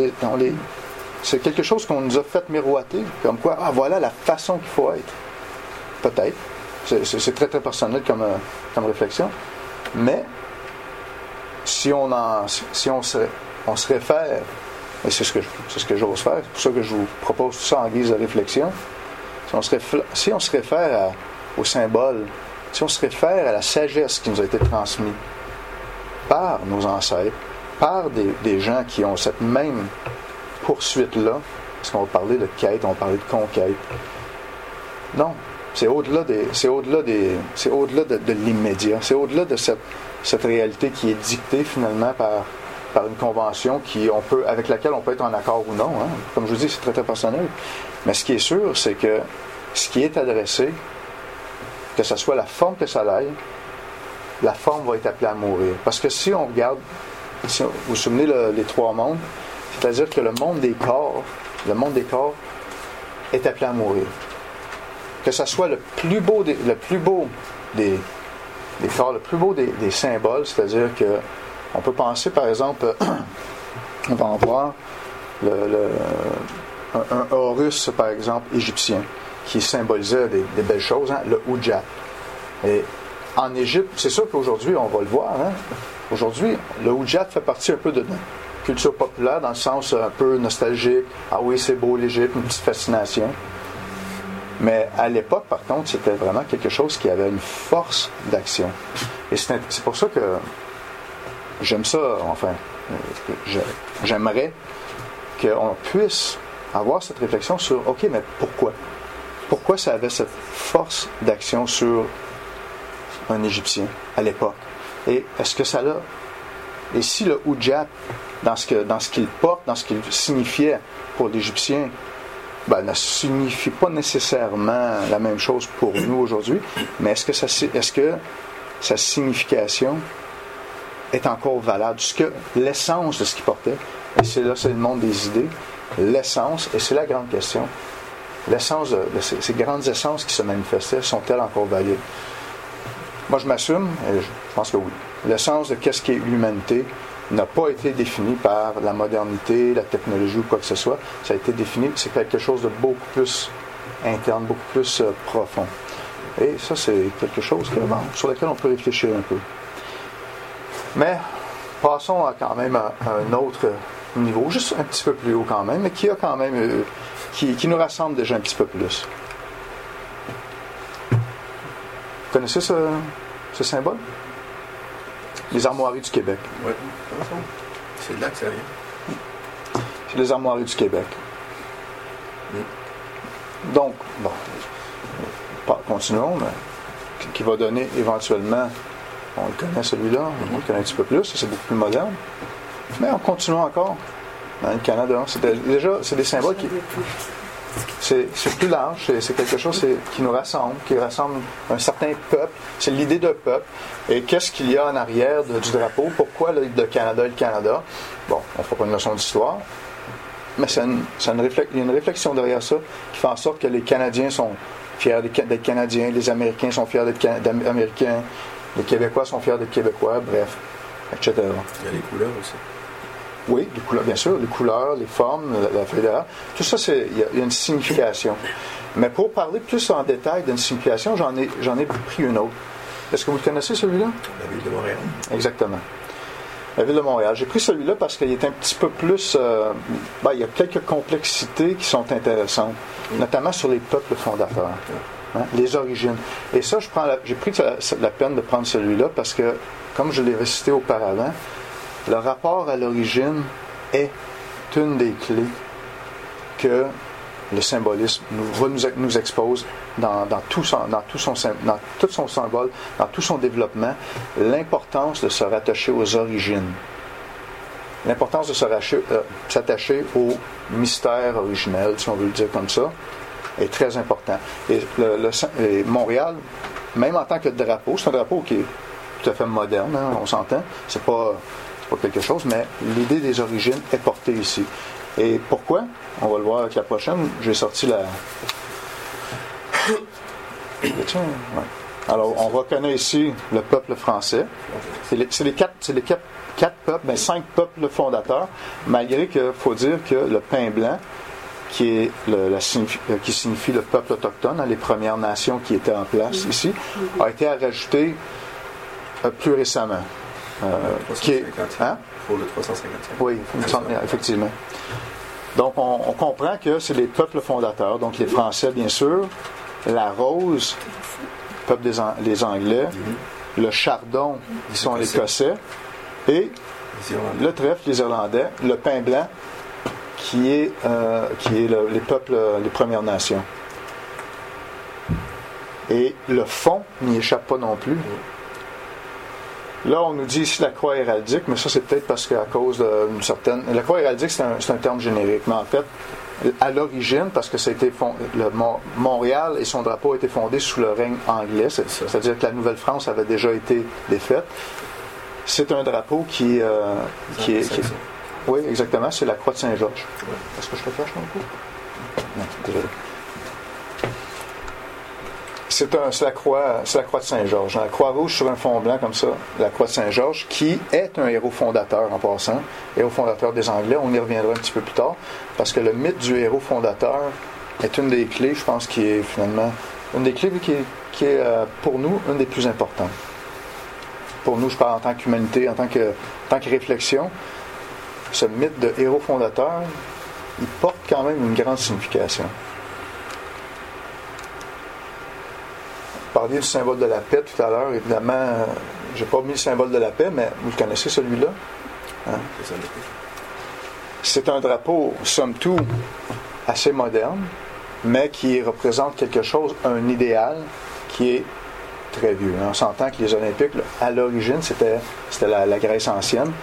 C'est quelque chose qu'on nous a fait miroiter, comme quoi, voilà la façon qu'il faut être. Peut-être. C'est très, très personnel comme réflexion. Mais, si on se réfère, et c'est ce que j'ose faire, c'est pour ça que je vous propose tout ça en guise de réflexion, si on se réfère au symbole, si on se réfère à la sagesse qui nous a été transmise par nos ancêtres, par des gens qui ont cette même poursuite-là, parce qu'on va parler de quête, on va parler de conquête. Non, c'est au-delà de l'immédiat, c'est au-delà de cette réalité qui est dictée finalement par une convention avec laquelle on peut être en accord ou non. Hein. Comme je vous dis, c'est très, très personnel. Mais ce qui est sûr, c'est que ce qui est adressé, que ce soit la forme que ça aille, la forme va être appelée à mourir. Parce que si on regarde, vous vous souvenez les trois mondes, c'est-à-dire que le monde des corps est appelé à mourir. Que ce soit le plus beau des corps, le plus beau des symboles, c'est-à-dire que on peut penser, par exemple, on va en voir un Horus, par exemple, égyptien, qui symbolisait des belles choses, hein, le Oujat. Et en Égypte, c'est sûr qu'aujourd'hui, on va le voir, hein? Aujourd'hui, le Oujat fait partie un peu de notre culture populaire, dans le sens un peu nostalgique. Ah oui, c'est beau l'Égypte, une petite fascination. Mais à l'époque, par contre, c'était vraiment quelque chose qui avait une force d'action. Et c'est pour ça que j'aime ça, enfin, j'aimerais qu'on puisse avoir cette réflexion sur, OK, mais pourquoi? Pourquoi ça avait cette force d'action sur un Égyptien à l'époque? Et est-ce que ça l'a... Et si le Oujat, dans ce qu'il porte, dans ce qu'il signifiait pour l'Égyptien, ne signifie pas nécessairement la même chose pour nous aujourd'hui, mais est-ce que sa signification est encore valable? L'essence de ce qu'il portait, et c'est le monde des idées, l'essence, et c'est la grande question, l'essence ces grandes essences qui se manifestaient, sont-elles encore valides? Moi, je m'assume, et je pense que oui. L'essence de qu'est-ce qui est l'humanité n'a pas été définie par la modernité, la technologie ou quoi que ce soit. Ça a été défini, c'est quelque chose de beaucoup plus interne, beaucoup plus profond. Et ça, c'est quelque chose sur lequel on peut réfléchir un peu. Mais passons quand même à un autre niveau, juste un petit peu plus haut quand même, mais qui a quand même qui nous rassemble déjà un petit peu plus. Vous connaissez ce symbole? Les armoiries du Québec. Oui, c'est de là que ça vient. C'est les armoiries du Québec. Oui. Donc, continuons, mais qui va donner éventuellement, on le connaît celui-là, on le connaît un petit peu plus, c'est beaucoup plus moderne. Mais on continue encore. Dans le Canada, c'est des symboles qui... C'est plus large, c'est quelque chose qui nous rassemble, qui rassemble un certain peuple. C'est l'idée d'un peuple. Et qu'est-ce qu'il y a en arrière du drapeau? Pourquoi le Canada et le Canada? Bon, on ne fera pas une leçon d'histoire, mais il y a une réflexion derrière ça qui fait en sorte que les Canadiens sont fiers d'être Canadiens, les Américains sont fiers d'être Américains, les Québécois sont fiers d'être Québécois, bref, etc. Il y a les couleurs aussi. Oui, les couleurs, bien sûr, les couleurs, les formes, la fédérale, tout ça, il y a une signification. Mais pour parler plus en détail d'une signification, j'en ai pris une autre. Est-ce que vous le connaissez, celui-là? La ville de Montréal. Exactement. La ville de Montréal. J'ai pris celui-là parce qu'il est un petit peu plus... il y a quelques complexités qui sont intéressantes, notamment sur les peuples fondateurs, les origines. Et ça, j'ai pris la peine de prendre celui-là parce que, comme je l'ai récité auparavant, le rapport à l'origine est une des clés que le symbolisme nous expose dans tout son symbole, dans tout son développement, l'importance de se rattacher aux origines, l'importance de s'attacher au mystère originel, si on veut le dire comme ça, est très important. Et Montréal, même en tant que drapeau, c'est un drapeau qui est tout à fait moderne, hein, on s'entend, c'est pas quelque chose, mais l'idée des origines est portée ici. Et pourquoi? On va le voir avec la prochaine. J'ai sorti la... Alors, on reconnaît ici le peuple français. C'est les quatre peuples, 5 peuples fondateurs, malgré qu'il faut dire que le pain blanc, qui signifie le peuple autochtone, les Premières Nations qui étaient en place ici, a été rajouté plus récemment. Pour le 355. Oui, effectivement. Donc, on comprend que c'est les peuples fondateurs, donc les Français, bien sûr, la rose, peuple des Anglais, le chardon, qui sont les Écossais, et le trèfle, les Irlandais, le pain blanc, qui est les peuples, les Premières Nations. Et le fond n'y échappe pas non plus. Là, on nous dit ici la croix héraldique, mais ça, c'est peut-être parce qu'à cause d'une certaine... La croix héraldique, c'est un terme générique, mais en fait, à l'origine, parce que ça a été Montréal et son drapeau a été fondé sous le règne anglais, c'est-à-dire que la Nouvelle-France avait déjà été défaite. C'est un drapeau qui est... Oui, exactement, c'est la croix de Saint-Georges. Est-ce que je te cache mon coup? Non, désolé. C'est la croix de Saint-Georges. La croix rouge sur un fond blanc comme ça, la croix de Saint-Georges, qui est un héros fondateur en passant, héros fondateur des Anglais. On y reviendra un petit peu plus tard, parce que le mythe du héros fondateur est une des clés, je pense, qui est finalement une des clés qui est pour nous une des plus importantes. Pour nous, je parle en tant qu'humanité, en tant que réflexion, ce mythe de héros fondateur, il porte quand même une grande signification. Vous parliez du symbole de la paix tout à l'heure. Évidemment, je n'ai pas mis le symbole de la paix, mais vous connaissez celui-là. Hein? C'est un drapeau, somme toute, assez moderne, mais qui représente quelque chose, un idéal qui est très vieux. On s'entend que les Olympiques, là, à l'origine, c'était la Grèce ancienne.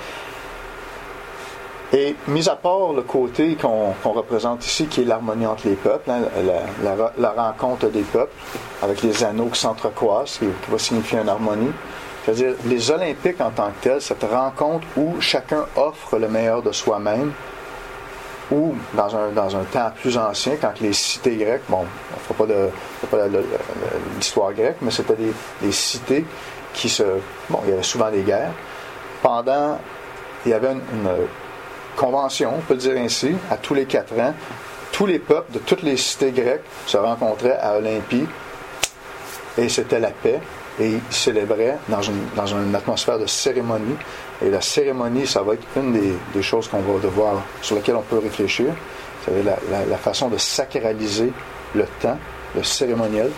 Et mis à part le côté qu'on représente ici, qui est l'harmonie entre les peuples, hein, la rencontre des peuples, avec les anneaux qui s'entrecroisent, qui va signifier une harmonie. C'est-à-dire, les Olympiques en tant que tels, cette rencontre où chacun offre le meilleur de soi-même, ou dans un temps plus ancien, quand les cités grecques, bon, on ne fera pas l'histoire grecque, mais c'était des cités qui bon, il y avait souvent des guerres. Il y avait une convention, on peut le dire ainsi, à tous les 4 ans, tous les peuples de toutes les cités grecques se rencontraient à Olympie, et c'était la paix, et ils célébraient dans une atmosphère de cérémonie. Et la cérémonie, ça va être une des choses sur lesquelles on peut réfléchir. C'est la façon de sacraliser le temps, le cérémoniel.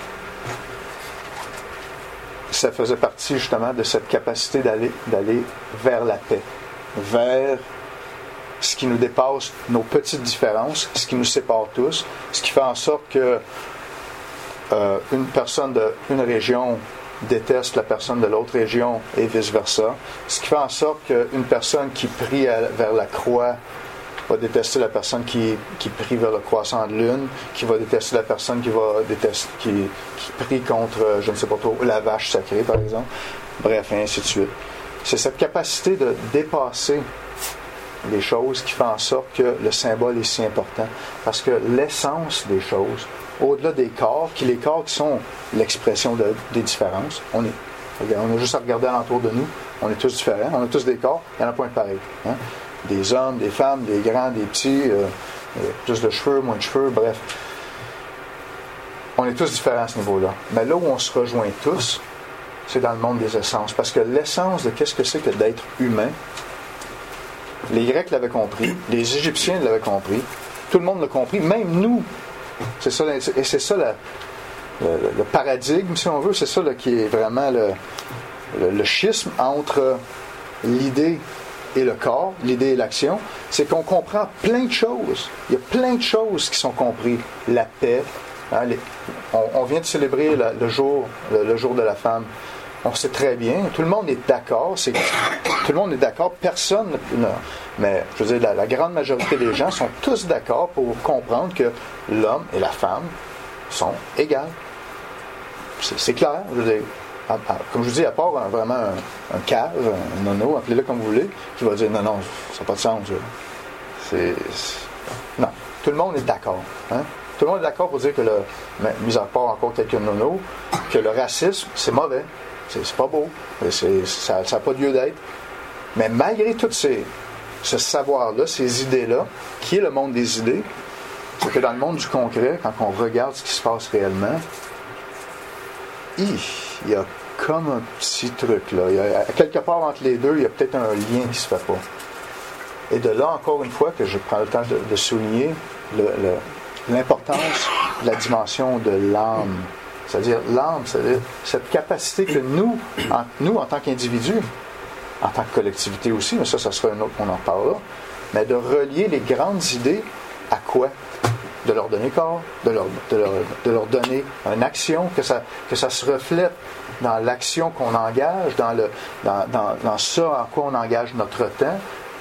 Ça faisait partie justement de cette capacité d'aller vers la paix, vers ce qui nous dépasse, nos petites différences, ce qui nous sépare tous, ce qui fait en sorte que une personne d'une région déteste la personne de l'autre région et vice-versa. Ce qui fait en sorte qu'une personne qui prie vers la croix va détester la personne qui prie vers le croissant de lune, qui va détester la personne qui prie contre, je ne sais pas trop, la vache sacrée, par exemple. Bref, et ainsi de suite. C'est cette capacité de dépasser les choses qui fait en sorte que le symbole est si important. Parce que l'essence des choses, au-delà des corps, les corps qui sont l'expression des différences, on a juste à regarder alentour de nous, on est tous différents, on a tous des corps, il n'y en a pas un pareil. Hein? Des hommes, des femmes, des grands, des petits, plus de cheveux, moins de cheveux, bref. On est tous différents à ce niveau-là. Mais là où on se rejoint tous, c'est dans le monde des essences. Parce que l'essence de qu'est-ce que c'est que d'être humain, les Grecs l'avaient compris, les Égyptiens l'avaient compris, tout le monde l'a compris, même nous. C'est ça, et c'est ça le paradigme, si on veut, c'est ça là, qui est vraiment le schisme entre l'idée et le corps, l'idée et l'action, c'est qu'on comprend plein de choses. Il y a plein de choses qui sont comprises. La paix. Hein, on vient de célébrer le jour de la femme. On sait très bien, tout le monde est d'accord, tout le monde est d'accord, personne ne... Mais, je veux dire, la grande majorité des gens sont tous d'accord pour comprendre que l'homme et la femme sont égales. C'est clair, je veux dire. Comme je vous dis, à part vraiment un cave, un nono, appelez-le comme vous voulez, qui va dire non, ça n'a pas de sens. Non, tout le monde est d'accord. Hein? Tout le monde est d'accord pour dire que, mis à part encore quelques nonos, que le racisme, c'est mauvais. C'est pas beau. Ça n'a pas lieu d'être. Mais malgré tout ce savoir-là, ces idées-là, qui est le monde des idées, c'est que dans le monde du concret, quand on regarde ce qui se passe réellement, il y a comme un petit truc là. Quelque part entre les deux, il y a peut-être un lien qui ne se fait pas. Et de là, encore une fois, que je prends le temps de souligner l'importance de la dimension de l'âme. C'est-à-dire l'âme, c'est-à-dire cette capacité que nous, en tant qu'individus, en tant que collectivité aussi, mais ça sera un autre qu'on en parlera, mais de relier les grandes idées à quoi? De leur donner corps, de leur donner une action, que ça se reflète dans l'action qu'on engage, dans ça en quoi on engage notre temps,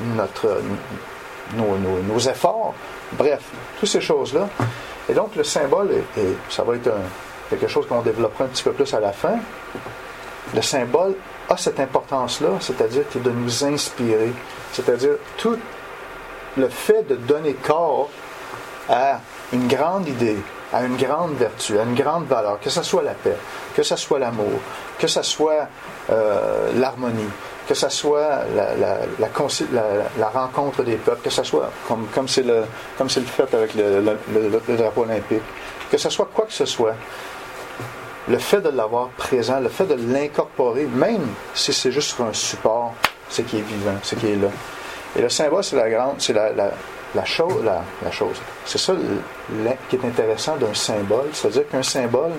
nos efforts, bref, toutes ces choses-là. Et donc le symbole, et ça va être quelque chose qu'on développera un petit peu plus à la fin, le symbole a cette importance-là, c'est-à-dire que de nous inspirer, c'est-à-dire tout le fait de donner corps à une grande idée, à une grande vertu, à une grande valeur, que ce soit la paix, que ce soit l'amour, que ce soit l'harmonie, que ce soit la rencontre des peuples, que ce soit comme c'est le fait avec le drapeau olympique, que ce soit quoi que ce soit, le fait de l'avoir présent, le fait de l'incorporer, même si c'est juste sur un support, c'est qui est vivant, c'est qui est là. Et le symbole, c'est la chose. C'est ça qui est intéressant d'un symbole. C'est-à-dire qu'un symbole,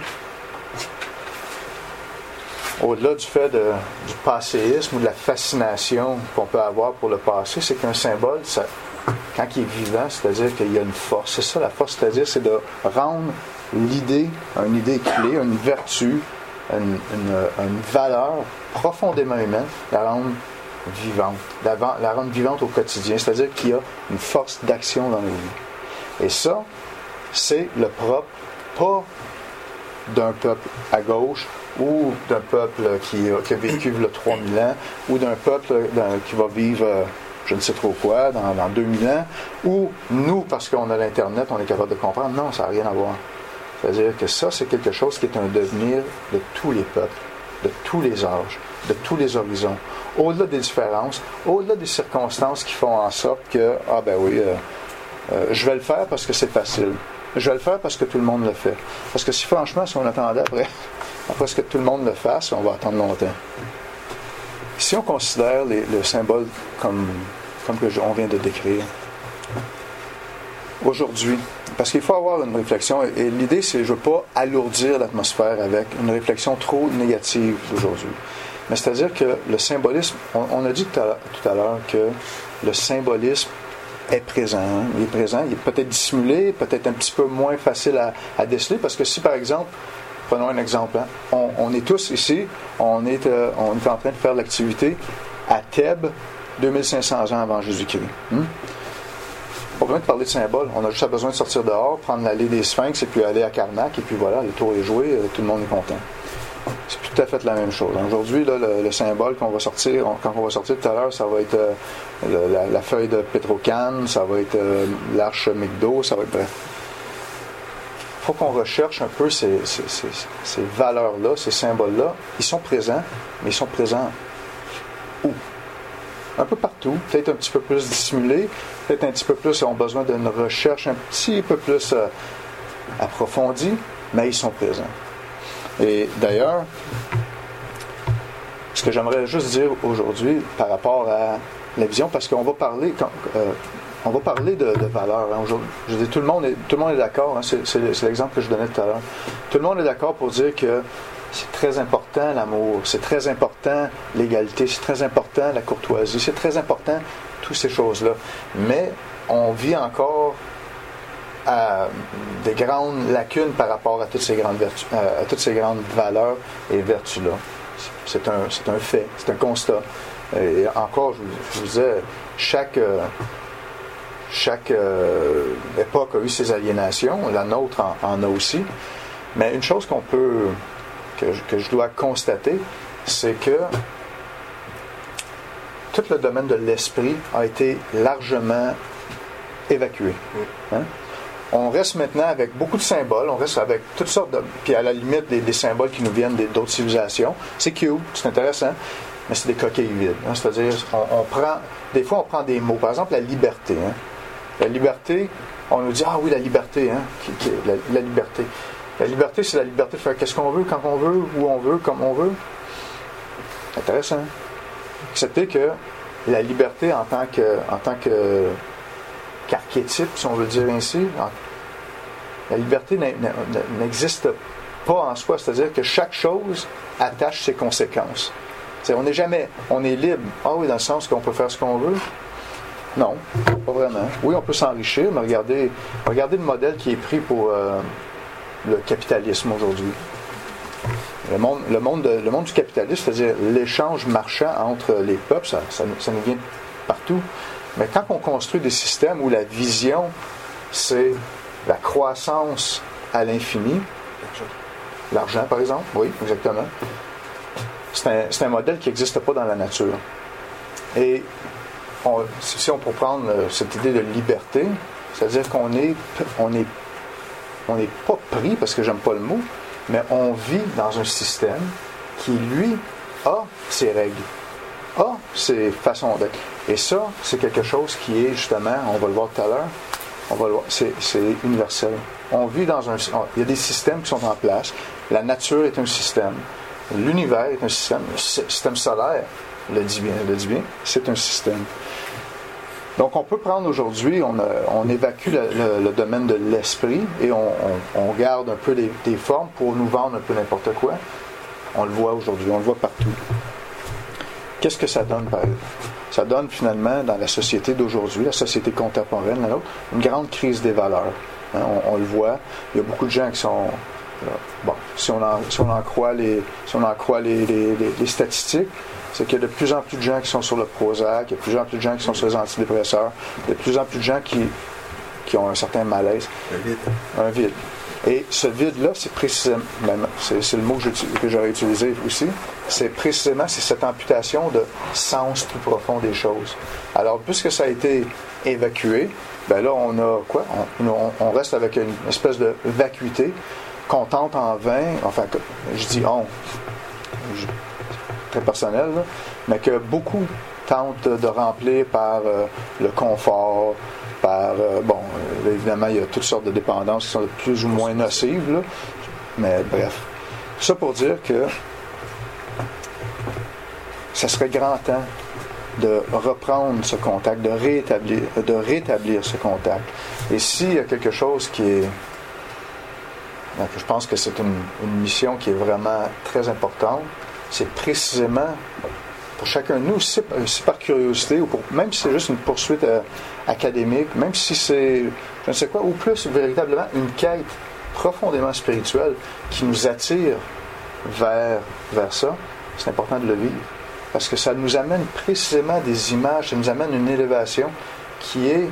au-delà du fait du passéisme ou de la fascination qu'on peut avoir pour le passé, c'est qu'un symbole, quand il est vivant, c'est-à-dire qu'il y a une force. C'est ça la force, c'est-à-dire c'est de rendre l'idée, une idée clé, une vertu, une valeur profondément humaine, la rendre vivante, la rendre vivante au quotidien, c'est-à-dire qu'il y a une force d'action dans nos vies. Et ça, c'est le propre, pas d'un peuple à gauche, ou d'un peuple qui a vécu il y a 3000 ans, ou d'un peuple qui va vivre je ne sais trop quoi dans 2000 ans, ou nous, parce qu'on a l'Internet, on est capable de comprendre. Non, ça n'a rien à voir. C'est-à-dire que ça, c'est quelque chose qui est un devenir de tous les peuples, de tous les âges, de tous les horizons, au-delà des différences, au-delà des circonstances qui font en sorte que, je vais le faire parce que c'est facile. Je vais le faire parce que tout le monde le fait. Parce que si franchement, si on attendait après ce que tout le monde le fasse, on va attendre longtemps. Si on considère le symbole comme on vient de décrire, aujourd'hui, parce qu'il faut avoir une réflexion, et l'idée, c'est je ne veux pas alourdir l'atmosphère avec une réflexion trop négative d'aujourd'hui. Mais c'est-à-dire que le symbolisme, on a dit tout à l'heure que le symbolisme est présent. Hein? Il est présent, il est peut-être dissimulé, peut-être un petit peu moins facile à déceler, parce que si, par exemple, prenons un exemple, hein, on est tous ici, on est en train de faire l'activité à Thèbes, 2500 ans avant Jésus-Christ. Pas besoin de parler de symbole, on a juste besoin de sortir dehors, prendre l'allée des Sphinx et puis aller à Karnak, et puis voilà, le tour est joué, tout le monde est content. C'est plus tout à fait la même chose. Aujourd'hui, là, le symbole qu'on va sortir, quand on va sortir tout à l'heure, ça va être la feuille de Pétrocan, ça va être l'arche Migdo, ça va être bref. Il faut qu'on recherche un peu ces valeurs-là, ces symboles-là. Ils sont présents, mais ils sont présents où? Un peu partout, peut-être un petit peu plus dissimulés, peut-être un petit peu plus, ils ont besoin d'une recherche un petit peu plus approfondie, mais ils sont présents. Et d'ailleurs, ce que j'aimerais juste dire aujourd'hui par rapport à la vision, parce qu'on va parler de valeurs. Hein, aujourd'hui. Je dis, tout le monde est d'accord, hein, c'est l'exemple que je donnais tout à l'heure. Tout le monde est d'accord pour dire que c'est très important l'amour, c'est très important l'égalité, c'est très important la courtoisie, c'est très important toutes ces choses-là. Mais on vit encore à des grandes lacunes par rapport à toutes ces grandes vertus, à toutes ces grandes valeurs et vertus-là. C'est un fait, c'est un constat. Et encore, je vous disais, chaque époque a eu ses aliénations, la nôtre en a aussi. Mais une chose que je dois constater, c'est que tout le domaine de l'esprit a été largement évacué. Hein? On reste maintenant avec beaucoup de symboles, on reste avec toutes sortes de... Puis à la limite, des symboles qui nous viennent d'autres civilisations. C'est cute, c'est intéressant, mais c'est des coquilles vides. Hein? C'est-à-dire, des fois, on prend des mots. Par exemple, la liberté. Hein? La liberté, on nous dit, ah oui, la liberté. Hein? La liberté. La liberté, c'est la liberté de faire qu'est-ce qu'on veut, quand on veut, où on veut, comme on veut. Intéressant. Accepter que la liberté en tant qu'archétype, si on veut le dire ainsi, la liberté n'existe pas en soi. C'est-à-dire que chaque chose attache ses conséquences. On est libre. Ah oui, dans le sens qu'on peut faire ce qu'on veut. Non, pas vraiment. Oui, on peut s'enrichir, mais regardez le modèle qui est pris pour le capitalisme aujourd'hui. Le monde du capitalisme, c'est-à-dire l'échange marchand entre les peuples, ça nous vient partout. Mais quand on construit des systèmes où la vision, c'est la croissance à l'infini, l'argent par exemple, oui, exactement, c'est un modèle qui n'existe pas dans la nature. Et si on peut prendre cette idée de liberté, c'est-à-dire qu'on n'est pas pris, parce que j'aime pas le mot, mais on vit dans un système qui, lui, a ses règles, a ses façons d'être. Et ça, c'est quelque chose qui est, justement, on va le voir tout à l'heure, on va le voir, c'est universel. On vit dans il y a des systèmes qui sont en place. La nature est un système. L'univers est un système. Le système solaire, le dit bien, c'est un système. Donc, on peut prendre aujourd'hui, on évacue le domaine de l'esprit et on garde un peu des formes pour nous vendre un peu n'importe quoi. On le voit aujourd'hui, on le voit partout. Qu'est-ce que ça donne, par exemple? Ça donne finalement, dans la société d'aujourd'hui, la société contemporaine, la nôtre, une grande crise des valeurs. Hein, on le voit, il y a beaucoup de gens qui sont... bon, si on en croit les statistiques, c'est qu'il y a de plus en plus de gens qui sont sur le Prozac, il y a de plus en plus de gens qui sont sur les antidépresseurs, il y a de plus en plus de gens qui ont un certain malaise. Un vide. Et ce vide-là, c'est précisément, c'est le mot que j'aurais utilisé aussi, c'est cette amputation de sens plus profond des choses. Alors, puisque ça a été évacué, ben là, on a quoi? On reste avec une espèce de vacuité qu'on tente en vain, enfin, je dis très personnel, là, mais que beaucoup tentent de remplir par le confort, par, évidemment, il y a toutes sortes de dépendances qui sont plus ou moins nocives, là, mais bref. Ça pour dire que ça serait grand temps de reprendre ce contact, de rétablir ce contact. Et s'il y a quelque chose qui est... Donc, je pense que c'est une mission qui est vraiment très importante, c'est précisément pour chacun de nous, si par curiosité, ou même si c'est juste une poursuite académique, même si c'est, je ne sais quoi, ou plus véritablement une quête profondément spirituelle qui nous attire vers ça, c'est important de le vivre. Parce que ça nous amène précisément des images, ça nous amène une élévation qui est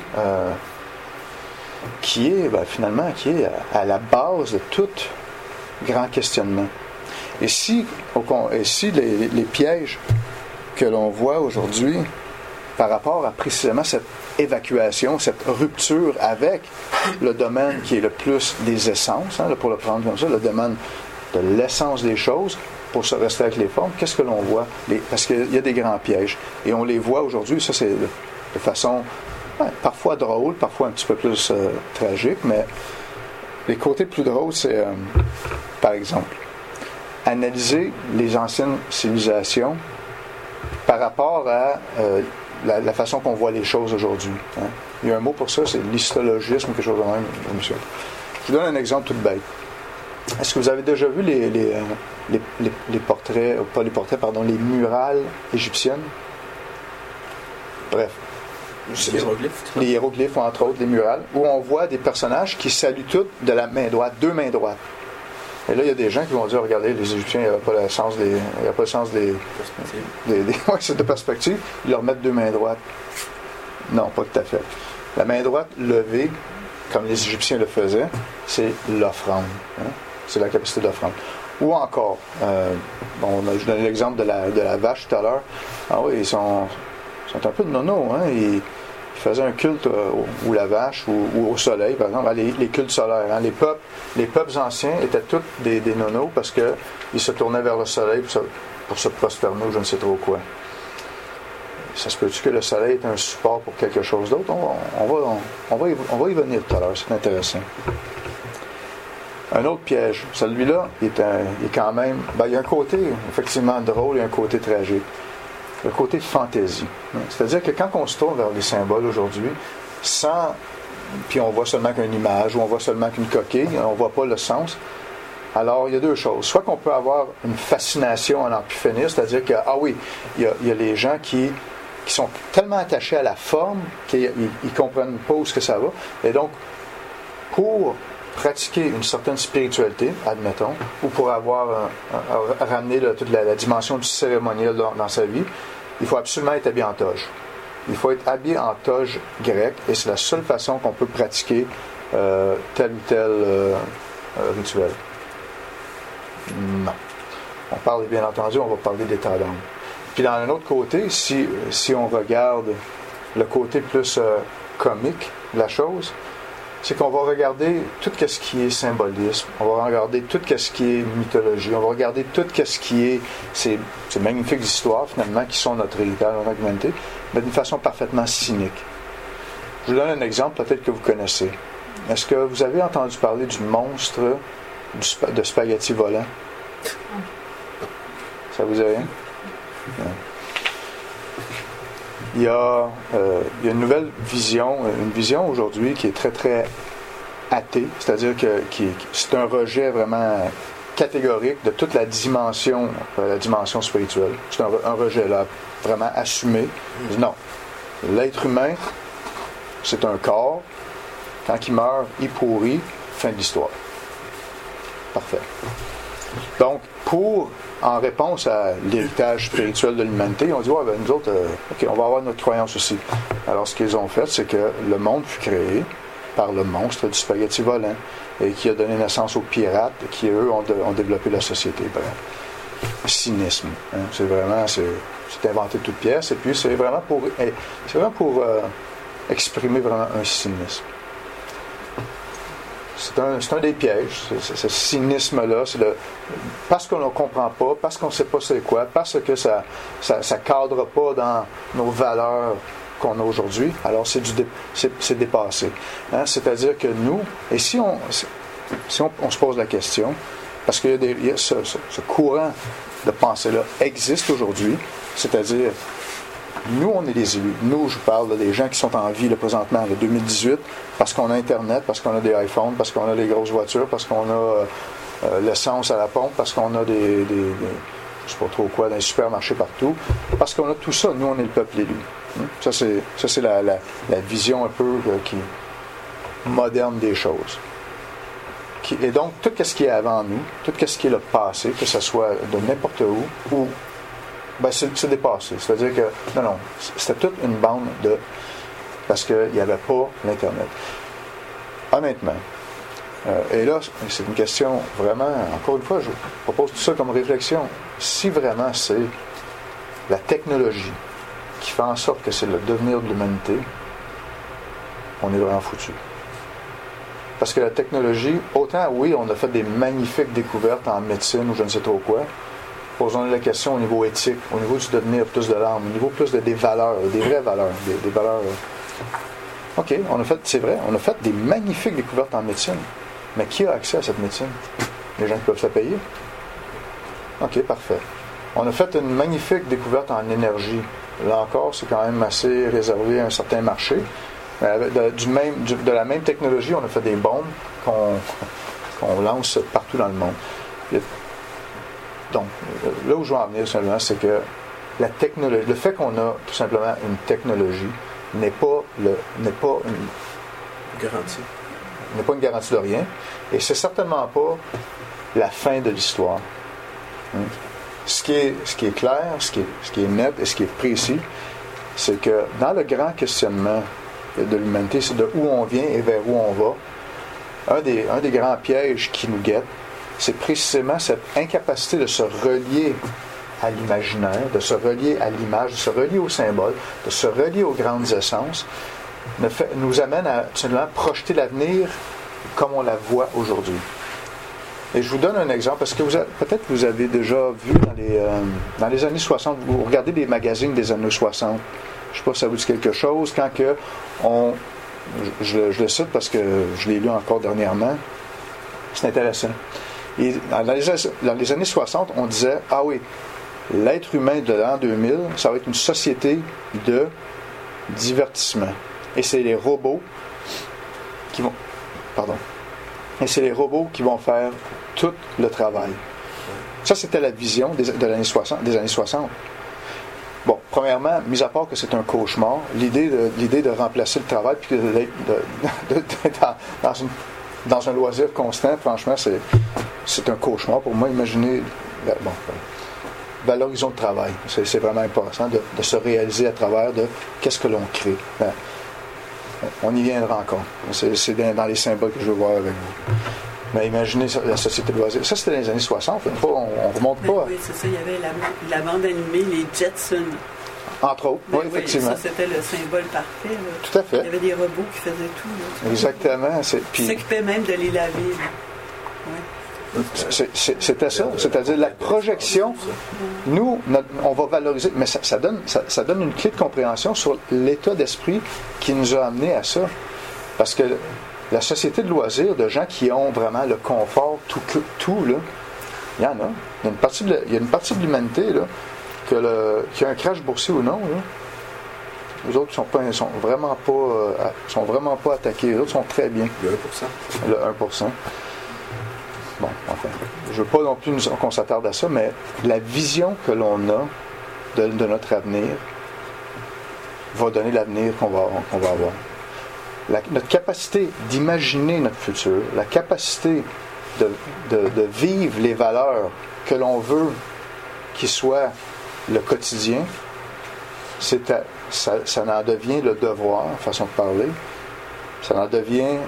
à la base de tout grand questionnement. Et si les pièges que l'on voit aujourd'hui par rapport à précisément cette évacuation, cette rupture avec le domaine qui est le plus des essences, hein, pour le prendre comme ça, le domaine de l'essence des choses, pour se rester avec les formes, qu'est-ce que l'on voit? Parce qu'il y a des grands pièges. Et on les voit aujourd'hui, ça c'est de façon parfois drôle, parfois un petit peu plus tragique, mais les côtés plus drôles, c'est, par exemple, analyser les anciennes civilisations par rapport à la façon qu'on voit les choses aujourd'hui. Hein. Il y a un mot pour ça, c'est l'histologisme, quelque chose de même, monsieur. Je vous donne un exemple tout bête. Est-ce que vous avez déjà vu les portraits, pas les portraits, pardon, les murales égyptiennes? Bref. Les hiéroglyphes, entre autres, les murales, où on voit des personnages qui saluent toutes de la main droite, deux mains droites. Et là, il y a des gens qui vont dire, regardez, les Égyptiens, il n'y a pas le sens des c'est de perspective. Ils leur mettent deux mains droites. Non, pas tout à fait. La main droite levée, comme les Égyptiens le faisaient, c'est l'offrande. Hein? C'est la capacité d'offrande. Ou encore, je donnais l'exemple de la vache tout à l'heure. Ah oui, ils sont un peu de nono. Hein? Ils faisaient un culte ou la vache ou au soleil, par exemple, les cultes solaires. Hein? Les peuples anciens étaient tous des nonos parce qu'ils se tournaient vers le soleil pour se prosterner ou je ne sais trop quoi. Ça se peut-tu que le soleil est un support pour quelque chose d'autre? On va y venir tout à l'heure, c'est intéressant. Un autre piège, celui-là, il est quand même... il y a un côté effectivement drôle et un côté tragique. Le côté fantaisie. C'est-à-dire que quand on se tourne vers les symboles aujourd'hui, puis on voit seulement qu'une image ou on voit seulement qu'une coquille, on ne voit pas le sens, alors il y a deux choses. Soit qu'on peut avoir une fascination à n'en plus finir, c'est-à-dire que, il y a les gens qui sont tellement attachés à la forme qu'ils ne comprennent pas où ça va. Et donc, pour pratiquer une certaine spiritualité, admettons, ou pour ramener toute la dimension du cérémoniel dans sa vie, il faut absolument être habillé en toge. Il faut être habillé en toge grecque, et c'est la seule façon qu'on peut pratiquer tel ou tel rituel. Non. On parle, bien entendu, on va parler d'état d'âme. Puis dans un autre côté, si on regarde le côté plus comique de la chose, c'est qu'on va regarder tout ce qui est symbolisme, on va regarder tout ce qui est mythologie, on va regarder tout ce qui est ces magnifiques histoires finalement qui sont notre héritage, notre humanité, mais d'une façon parfaitement cynique. Je vous donne un exemple, peut-être que vous connaissez. Est-ce que vous avez entendu parler du monstre de spaghetti volant? Ça vous dit rien? Non. Il y a une nouvelle vision, une vision aujourd'hui qui est très, très athée, c'est-à-dire que c'est un rejet vraiment catégorique de toute la dimension spirituelle. C'est un rejet là, vraiment assumé. Non. L'être humain, c'est un corps. Quand il meurt, il pourrit. Fin de l'histoire. Parfait. Donc, en réponse à l'héritage spirituel de l'humanité, on dit, ouais, ben, nous autres, OK, on va avoir notre croyance aussi. Alors, ce qu'ils ont fait, c'est que le monde fut créé par le monstre du spaghetti volant et qui a donné naissance aux pirates qui, eux, ont développé la société. Bref. Cynisme. Hein? C'est inventé de toutes pièces et puis c'est vraiment pour exprimer vraiment un cynisme. C'est un des pièges, ce cynisme-là. Parce qu'on ne comprend pas, parce qu'on ne sait pas c'est quoi, parce que ça ne cadre pas dans nos valeurs qu'on a aujourd'hui, alors c'est dépassé. Hein? C'est-à-dire que nous, et si on se pose la question, parce qu'il y a ce courant de pensée-là existe aujourd'hui, c'est-à-dire nous, on est les élus. Nous, je parle des gens qui sont en vie là, présentement, en 2018, parce qu'on a Internet, parce qu'on a des iPhones, parce qu'on a des grosses voitures, parce qu'on a l'essence à la pompe, parce qu'on a des je ne sais pas trop quoi, dans les supermarchés partout, parce qu'on a tout ça. Nous, on est le peuple élu. Ça, c'est la vision un peu moderne des choses. Et donc, tout ce qui est avant nous, tout ce qui est le passé, que ce soit de n'importe où, ben c'est dépassé. C'est-à-dire que, non, c'était toute une bande parce qu'il n'y avait pas l'Internet. Honnêtement, et là, c'est une question vraiment, encore une fois, je propose tout ça comme réflexion. Si vraiment c'est la technologie qui fait en sorte que c'est le devenir de l'humanité, on est vraiment foutu. Parce que la technologie, autant, oui, on a fait des magnifiques découvertes en médecine ou je ne sais trop quoi, posons-nous la question au niveau éthique, au niveau du devenir plus de l'âme, au niveau plus des valeurs, des vraies valeurs, des valeurs. OK, c'est vrai, on a fait des magnifiques découvertes en médecine. Mais qui a accès à cette médecine? Les gens qui peuvent se payer? OK, parfait. On a fait une magnifique découverte en énergie. Là encore, c'est quand même assez réservé à un certain marché. De la même technologie, on a fait des bombes qu'on lance partout dans le monde. Donc, là où je veux en venir, simplement, c'est que la technologie, le fait qu'on a tout simplement une technologie n'est pas une garantie. N'est pas une garantie de rien. Et c'est certainement pas la fin de l'histoire. Ce qui est clair, ce qui est net et ce qui est précis, c'est que dans le grand questionnement de l'humanité, c'est de où on vient et vers où on va. Un des grands pièges qui nous guette, c'est précisément cette incapacité de se relier à l'imaginaire, de se relier à l'image, de se relier au symbole, de se relier aux grandes essences, nous amène à tout simplement projeter l'avenir comme on la voit aujourd'hui. Et je vous donne un exemple, parce que peut-être vous avez déjà vu dans les années 60, vous regardez les magazines des années 60, je ne sais pas si ça vous dit quelque chose, quand je le cite parce que je l'ai lu encore dernièrement, c'est intéressant. Et dans les années 60, on disait, ah oui, l'être humain de l'an 2000, ça va être une société de divertissement. Et c'est les robots qui vont... Et c'est les robots qui vont faire tout le travail. Ça, c'était la vision des années 60. Bon, premièrement, mis à part que c'est un cauchemar, l'idée de remplacer le travail puis d'être dans un loisir constant, franchement, c'est un cauchemar pour moi. Imaginez... valorisons le travail. C'est vraiment important de se réaliser à travers de qu'est-ce que l'on crée. On y viendra encore. C'est dans les symboles que je veux voir avec vous. Mais imaginez la société de loisirs. Ça, c'était dans les années 60. On ne remonte pas. Oui, c'est ça. Il y avait la bande animée, les Jetsons. Entre autres, oui, effectivement. Ça, c'était le symbole parfait. Là. Tout à fait. Il y avait des robots qui faisaient tout. Là. Exactement. Ils s'occupaient même de les laver. C'était ça. C'est-à-dire la projection. Nous, on va valoriser, mais ça donne une clé de compréhension sur l'état d'esprit qui nous a amenés à ça. Parce que la société de loisirs, de gens qui ont vraiment le confort, tout là, il y en a. Il y a une partie de l'humanité là, qui a un crash boursier ou non. Là. Les autres sont vraiment pas attaqués. Les autres sont très bien. Le 1%. Le 1%. Bon, enfin, je veux pas non plus qu'on s'attarde à ça, mais la vision que l'on a de notre avenir va donner l'avenir qu'on va avoir. Notre capacité d'imaginer notre futur, la capacité de vivre les valeurs que l'on veut qui soient le quotidien, ça en devient le devoir, façon de parler. Ça en devient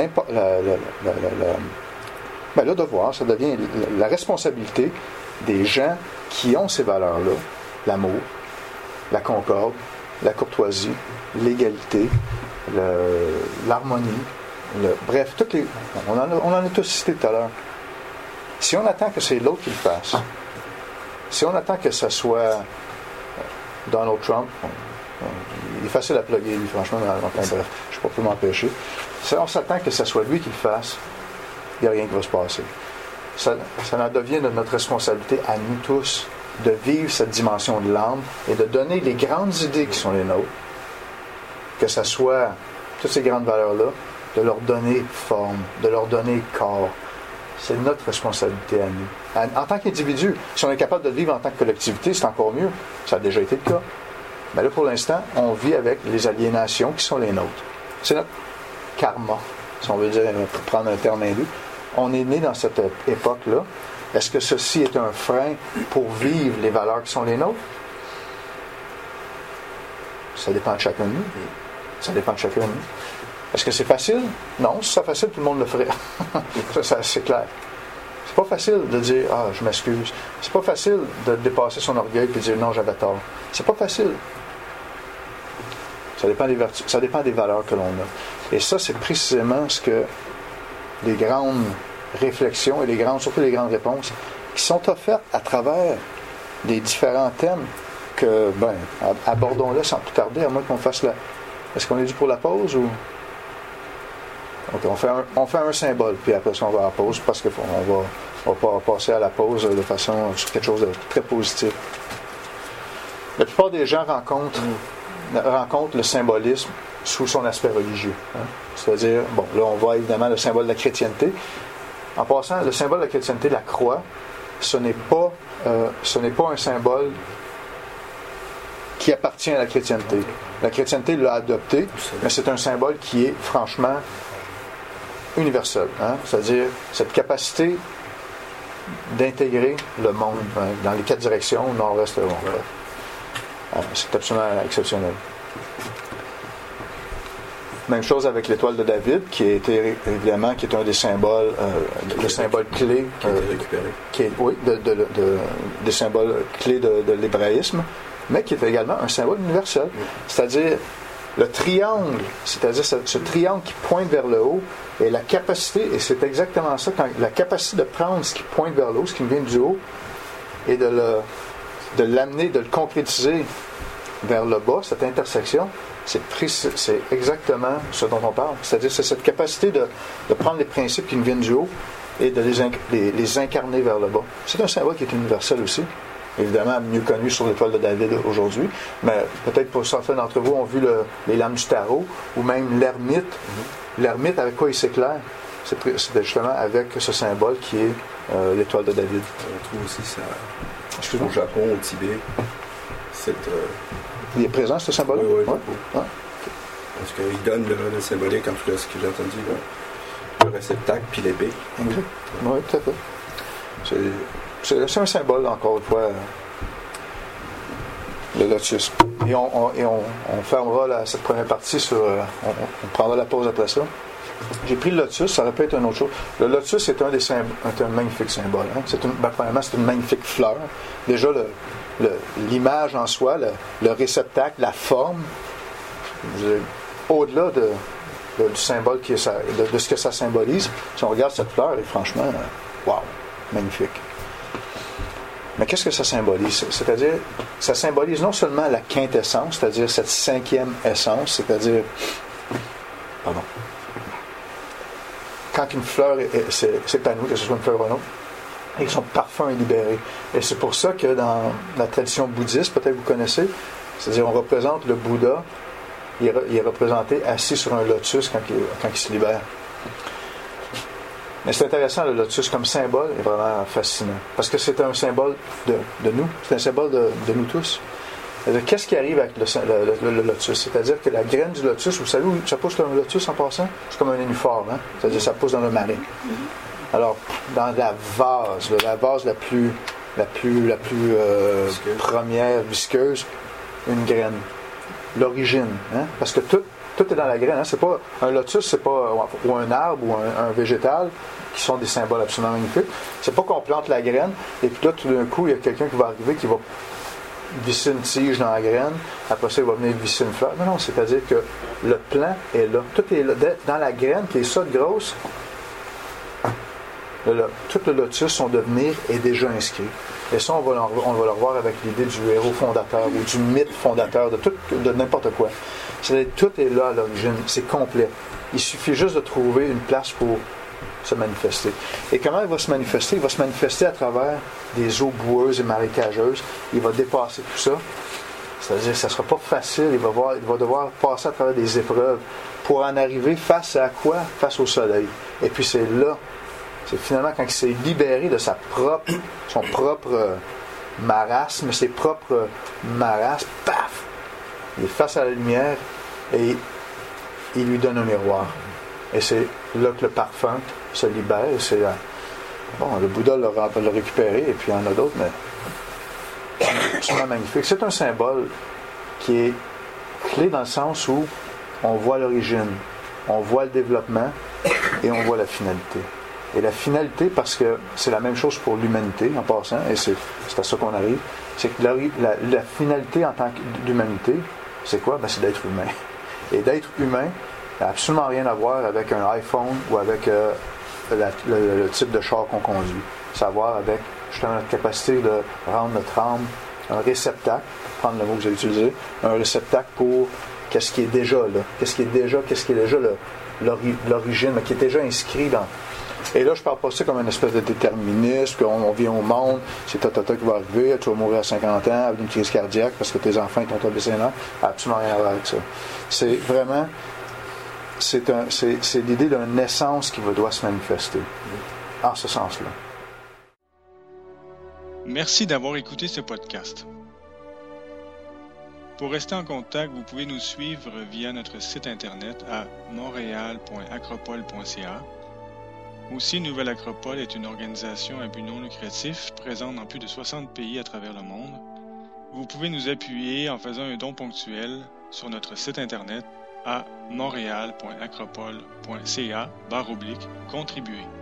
le devoir, ça devient la responsabilité des gens qui ont ces valeurs-là. L'amour, la concorde, la courtoisie, l'égalité, l'harmonie, bref, on en a tous cité tout à l'heure. Si on attend que c'est l'autre qui le fasse, si on attend que ce soit Donald Trump, il est facile à plugger, lui, franchement, bref, je ne peux pas m'empêcher. Si on s'attend que ce soit lui qui le fasse, il n'y a rien qui va se passer. Ça en devient de notre responsabilité à nous tous de vivre cette dimension de l'âme et de donner les grandes idées qui sont les nôtres, que ce soit toutes ces grandes valeurs-là, de leur donner forme, de leur donner corps. C'est notre responsabilité à nous. En tant qu'individu, si on est capable de le vivre en tant que collectivité, c'est encore mieux. Ça a déjà été le cas. Mais là, pour l'instant, on vit avec les aliénations qui sont les nôtres. C'est notre karma, si on veut dire, pour prendre un terme hindou. On est né dans cette époque-là. Est-ce que ceci est un frein pour vivre les valeurs qui sont les nôtres? Ça dépend de chacun de nous. Ça dépend de chacun de nous. Est-ce que c'est facile? Non, si c'est facile, tout le monde le ferait. ça, c'est clair. C'est pas facile de dire « Ah, je m'excuse ». C'est pas facile de dépasser son orgueil et de dire « Non, j'avais tort ». C'est pas facile. Ça dépend des vertus, ça dépend des valeurs que l'on a. Et ça, c'est précisément ce que les grandes réflexions et surtout les grandes réponses qui sont offertes à travers les différents thèmes que, abordons-le sans plus tarder, à moins qu'on fasse la... Est-ce qu'on est dû pour la pause ou... OK, on fait un symbole, puis après ça, on va à la pause, parce qu'on va passer à la pause de façon sur quelque chose de très positif. La plupart des gens rencontrent le symbolisme sous son aspect religieux. Hein? C'est-à-dire, là, on voit évidemment le symbole de la chrétienté. En passant, le symbole de la chrétienté, la croix, ce n'est pas un symbole qui appartient à la chrétienté. La chrétienté l'a adopté, mais c'est un symbole qui est franchement universel. Hein? C'est-à-dire cette capacité d'intégrer le monde dans les 4 directions, nord, est, ouest. C'est absolument exceptionnel. Même chose avec l'étoile de David, qui est un des symboles, le symbole clé, des symboles clés de l'hébraïsme, mais qui est également un symbole universel. C'est-à-dire le triangle, c'est-à-dire ce triangle qui pointe vers le haut, et la capacité, et c'est exactement ça, la capacité de prendre ce qui pointe vers le haut, ce qui vient du haut, et de l'amener, de le concrétiser vers le bas, cette intersection, c'est exactement ce dont on parle. C'est-à-dire c'est cette capacité de prendre les principes qui nous viennent du haut et de les incarner vers le bas. C'est un symbole qui est universel aussi. Évidemment, mieux connu sur l'étoile de David aujourd'hui, mais peut-être pour certains d'entre vous ont vu les lames du tarot, ou même l'ermite. L'ermite, avec quoi il s'éclaire? C'est justement avec ce symbole qui est l'étoile de David. On trouve aussi ça au Japon, au Tibet. Il est présent, ce symbole? Oui, beaucoup. Ah. Parce qu'il donne le symbolique, en tout cas, ce que j'ai entendu, le réceptacle puis l'épée. Oui, tout à fait. C'est un symbole, encore une fois, le lotus. Et on fermera cette première partie sur... on prendra la pause après ça. J'ai pris le lotus, ça aurait pu être une autre chose. Le lotus est un magnifique symbole. Hein. Premièrement, c'est une magnifique fleur. Déjà, l'image en soi, le réceptacle, la forme, au-delà du symbole de ce que ça symbolise, si on regarde cette fleur, et franchement, wow! magnifique. Mais qu'est-ce que ça symbolise? C'est-à-dire, ça symbolise non seulement la quintessence, c'est-à-dire cette 5e essence, c'est-à-dire, pardon, quand une fleur s'épanouit, que ce soit une fleur ou une autre, et que son parfum est libéré. Et c'est pour ça que dans la tradition bouddhiste, peut-être vous connaissez, c'est-à-dire on représente le Bouddha, il est représenté assis sur un lotus quand il se libère. Mais c'est intéressant, le lotus comme symbole est vraiment fascinant. Parce que c'est un symbole de nous, c'est un symbole de nous tous. C'est-à-dire, qu'est-ce qui arrive avec le lotus? C'est-à-dire que la graine du lotus, vous savez où ça pousse un lotus en passant? C'est comme un nénuphar, hein? C'est-à-dire ça pousse dans le marais. Alors, dans la vase la plus première, visqueuse, une graine. L'origine, hein? Parce que tout est dans la graine. Hein? C'est pas un lotus, c'est pas ou un arbre ou un végétal qui sont des symboles absolument magnifiques. C'est pas qu'on plante la graine et puis là tout d'un coup il y a quelqu'un qui va arriver qui va visser une tige dans la graine. Après ça il va venir visser une fleur. Non, c'est-à-dire que le plan est là. Tout est là. Dans la graine qui est ça de grosse. Tout le lotus, son devenir est déjà inscrit. Et ça, on va le revoir avec l'idée du héros fondateur ou du mythe fondateur de n'importe quoi. C'est-à-dire, tout est là à l'origine, c'est complet. Il suffit juste de trouver une place pour se manifester. Et comment il va se manifester? Il va se manifester à travers des eaux boueuses et marécageuses. Il va dépasser tout ça. C'est-à-dire que ça ne sera pas facile. Il va devoir passer à travers des épreuves pour en arriver face à quoi? Face au soleil. Et puis c'est là. C'est finalement quand il s'est libéré de son propre marasme, ses propres marasmes, paf! Il est face à la lumière et il lui donne un miroir. Et c'est là que le parfum se libère. C'est le Bouddha l'a récupéré et puis il y en a d'autres, mais c'est absolument magnifique. C'est un symbole qui est clé dans le sens où on voit l'origine, on voit le développement et on voit la finalité. Et la finalité, parce que c'est la même chose pour l'humanité en passant, et c'est à ça qu'on arrive, c'est que la finalité en tant qu'humanité, c'est quoi? Ben, c'est d'être humain. Et d'être humain n'a absolument rien à voir avec un iPhone ou avec le type de char qu'on conduit. Ça a à voir avec justement notre capacité de rendre notre âme un réceptacle, prendre le mot que j'ai utilisé, un réceptacle pour qu'est-ce qui est déjà là, qu'est-ce qui est déjà l'origine, mais qui est déjà inscrit dans. Et là, je parle pas ça comme une espèce de déterminisme, qu'on vient au monde, c'est tata qui va arriver, tu vas mourir à 50 ans avec une crise cardiaque parce que tes enfants t'ont tombé ses nerfs. Absolument rien à voir avec ça. C'est vraiment, c'est l'idée d'une naissance qui doit se manifester. En ce sens-là. Merci d'avoir écouté ce podcast. Pour rester en contact, vous pouvez nous suivre via notre site internet à montréal.acropole.ca. Aussi, Nouvelle Acropole est une organisation à but non lucratif présente dans plus de 60 pays à travers le monde. Vous pouvez nous appuyer en faisant un don ponctuel sur notre site internet à montréal.acropole.ca/contribuer.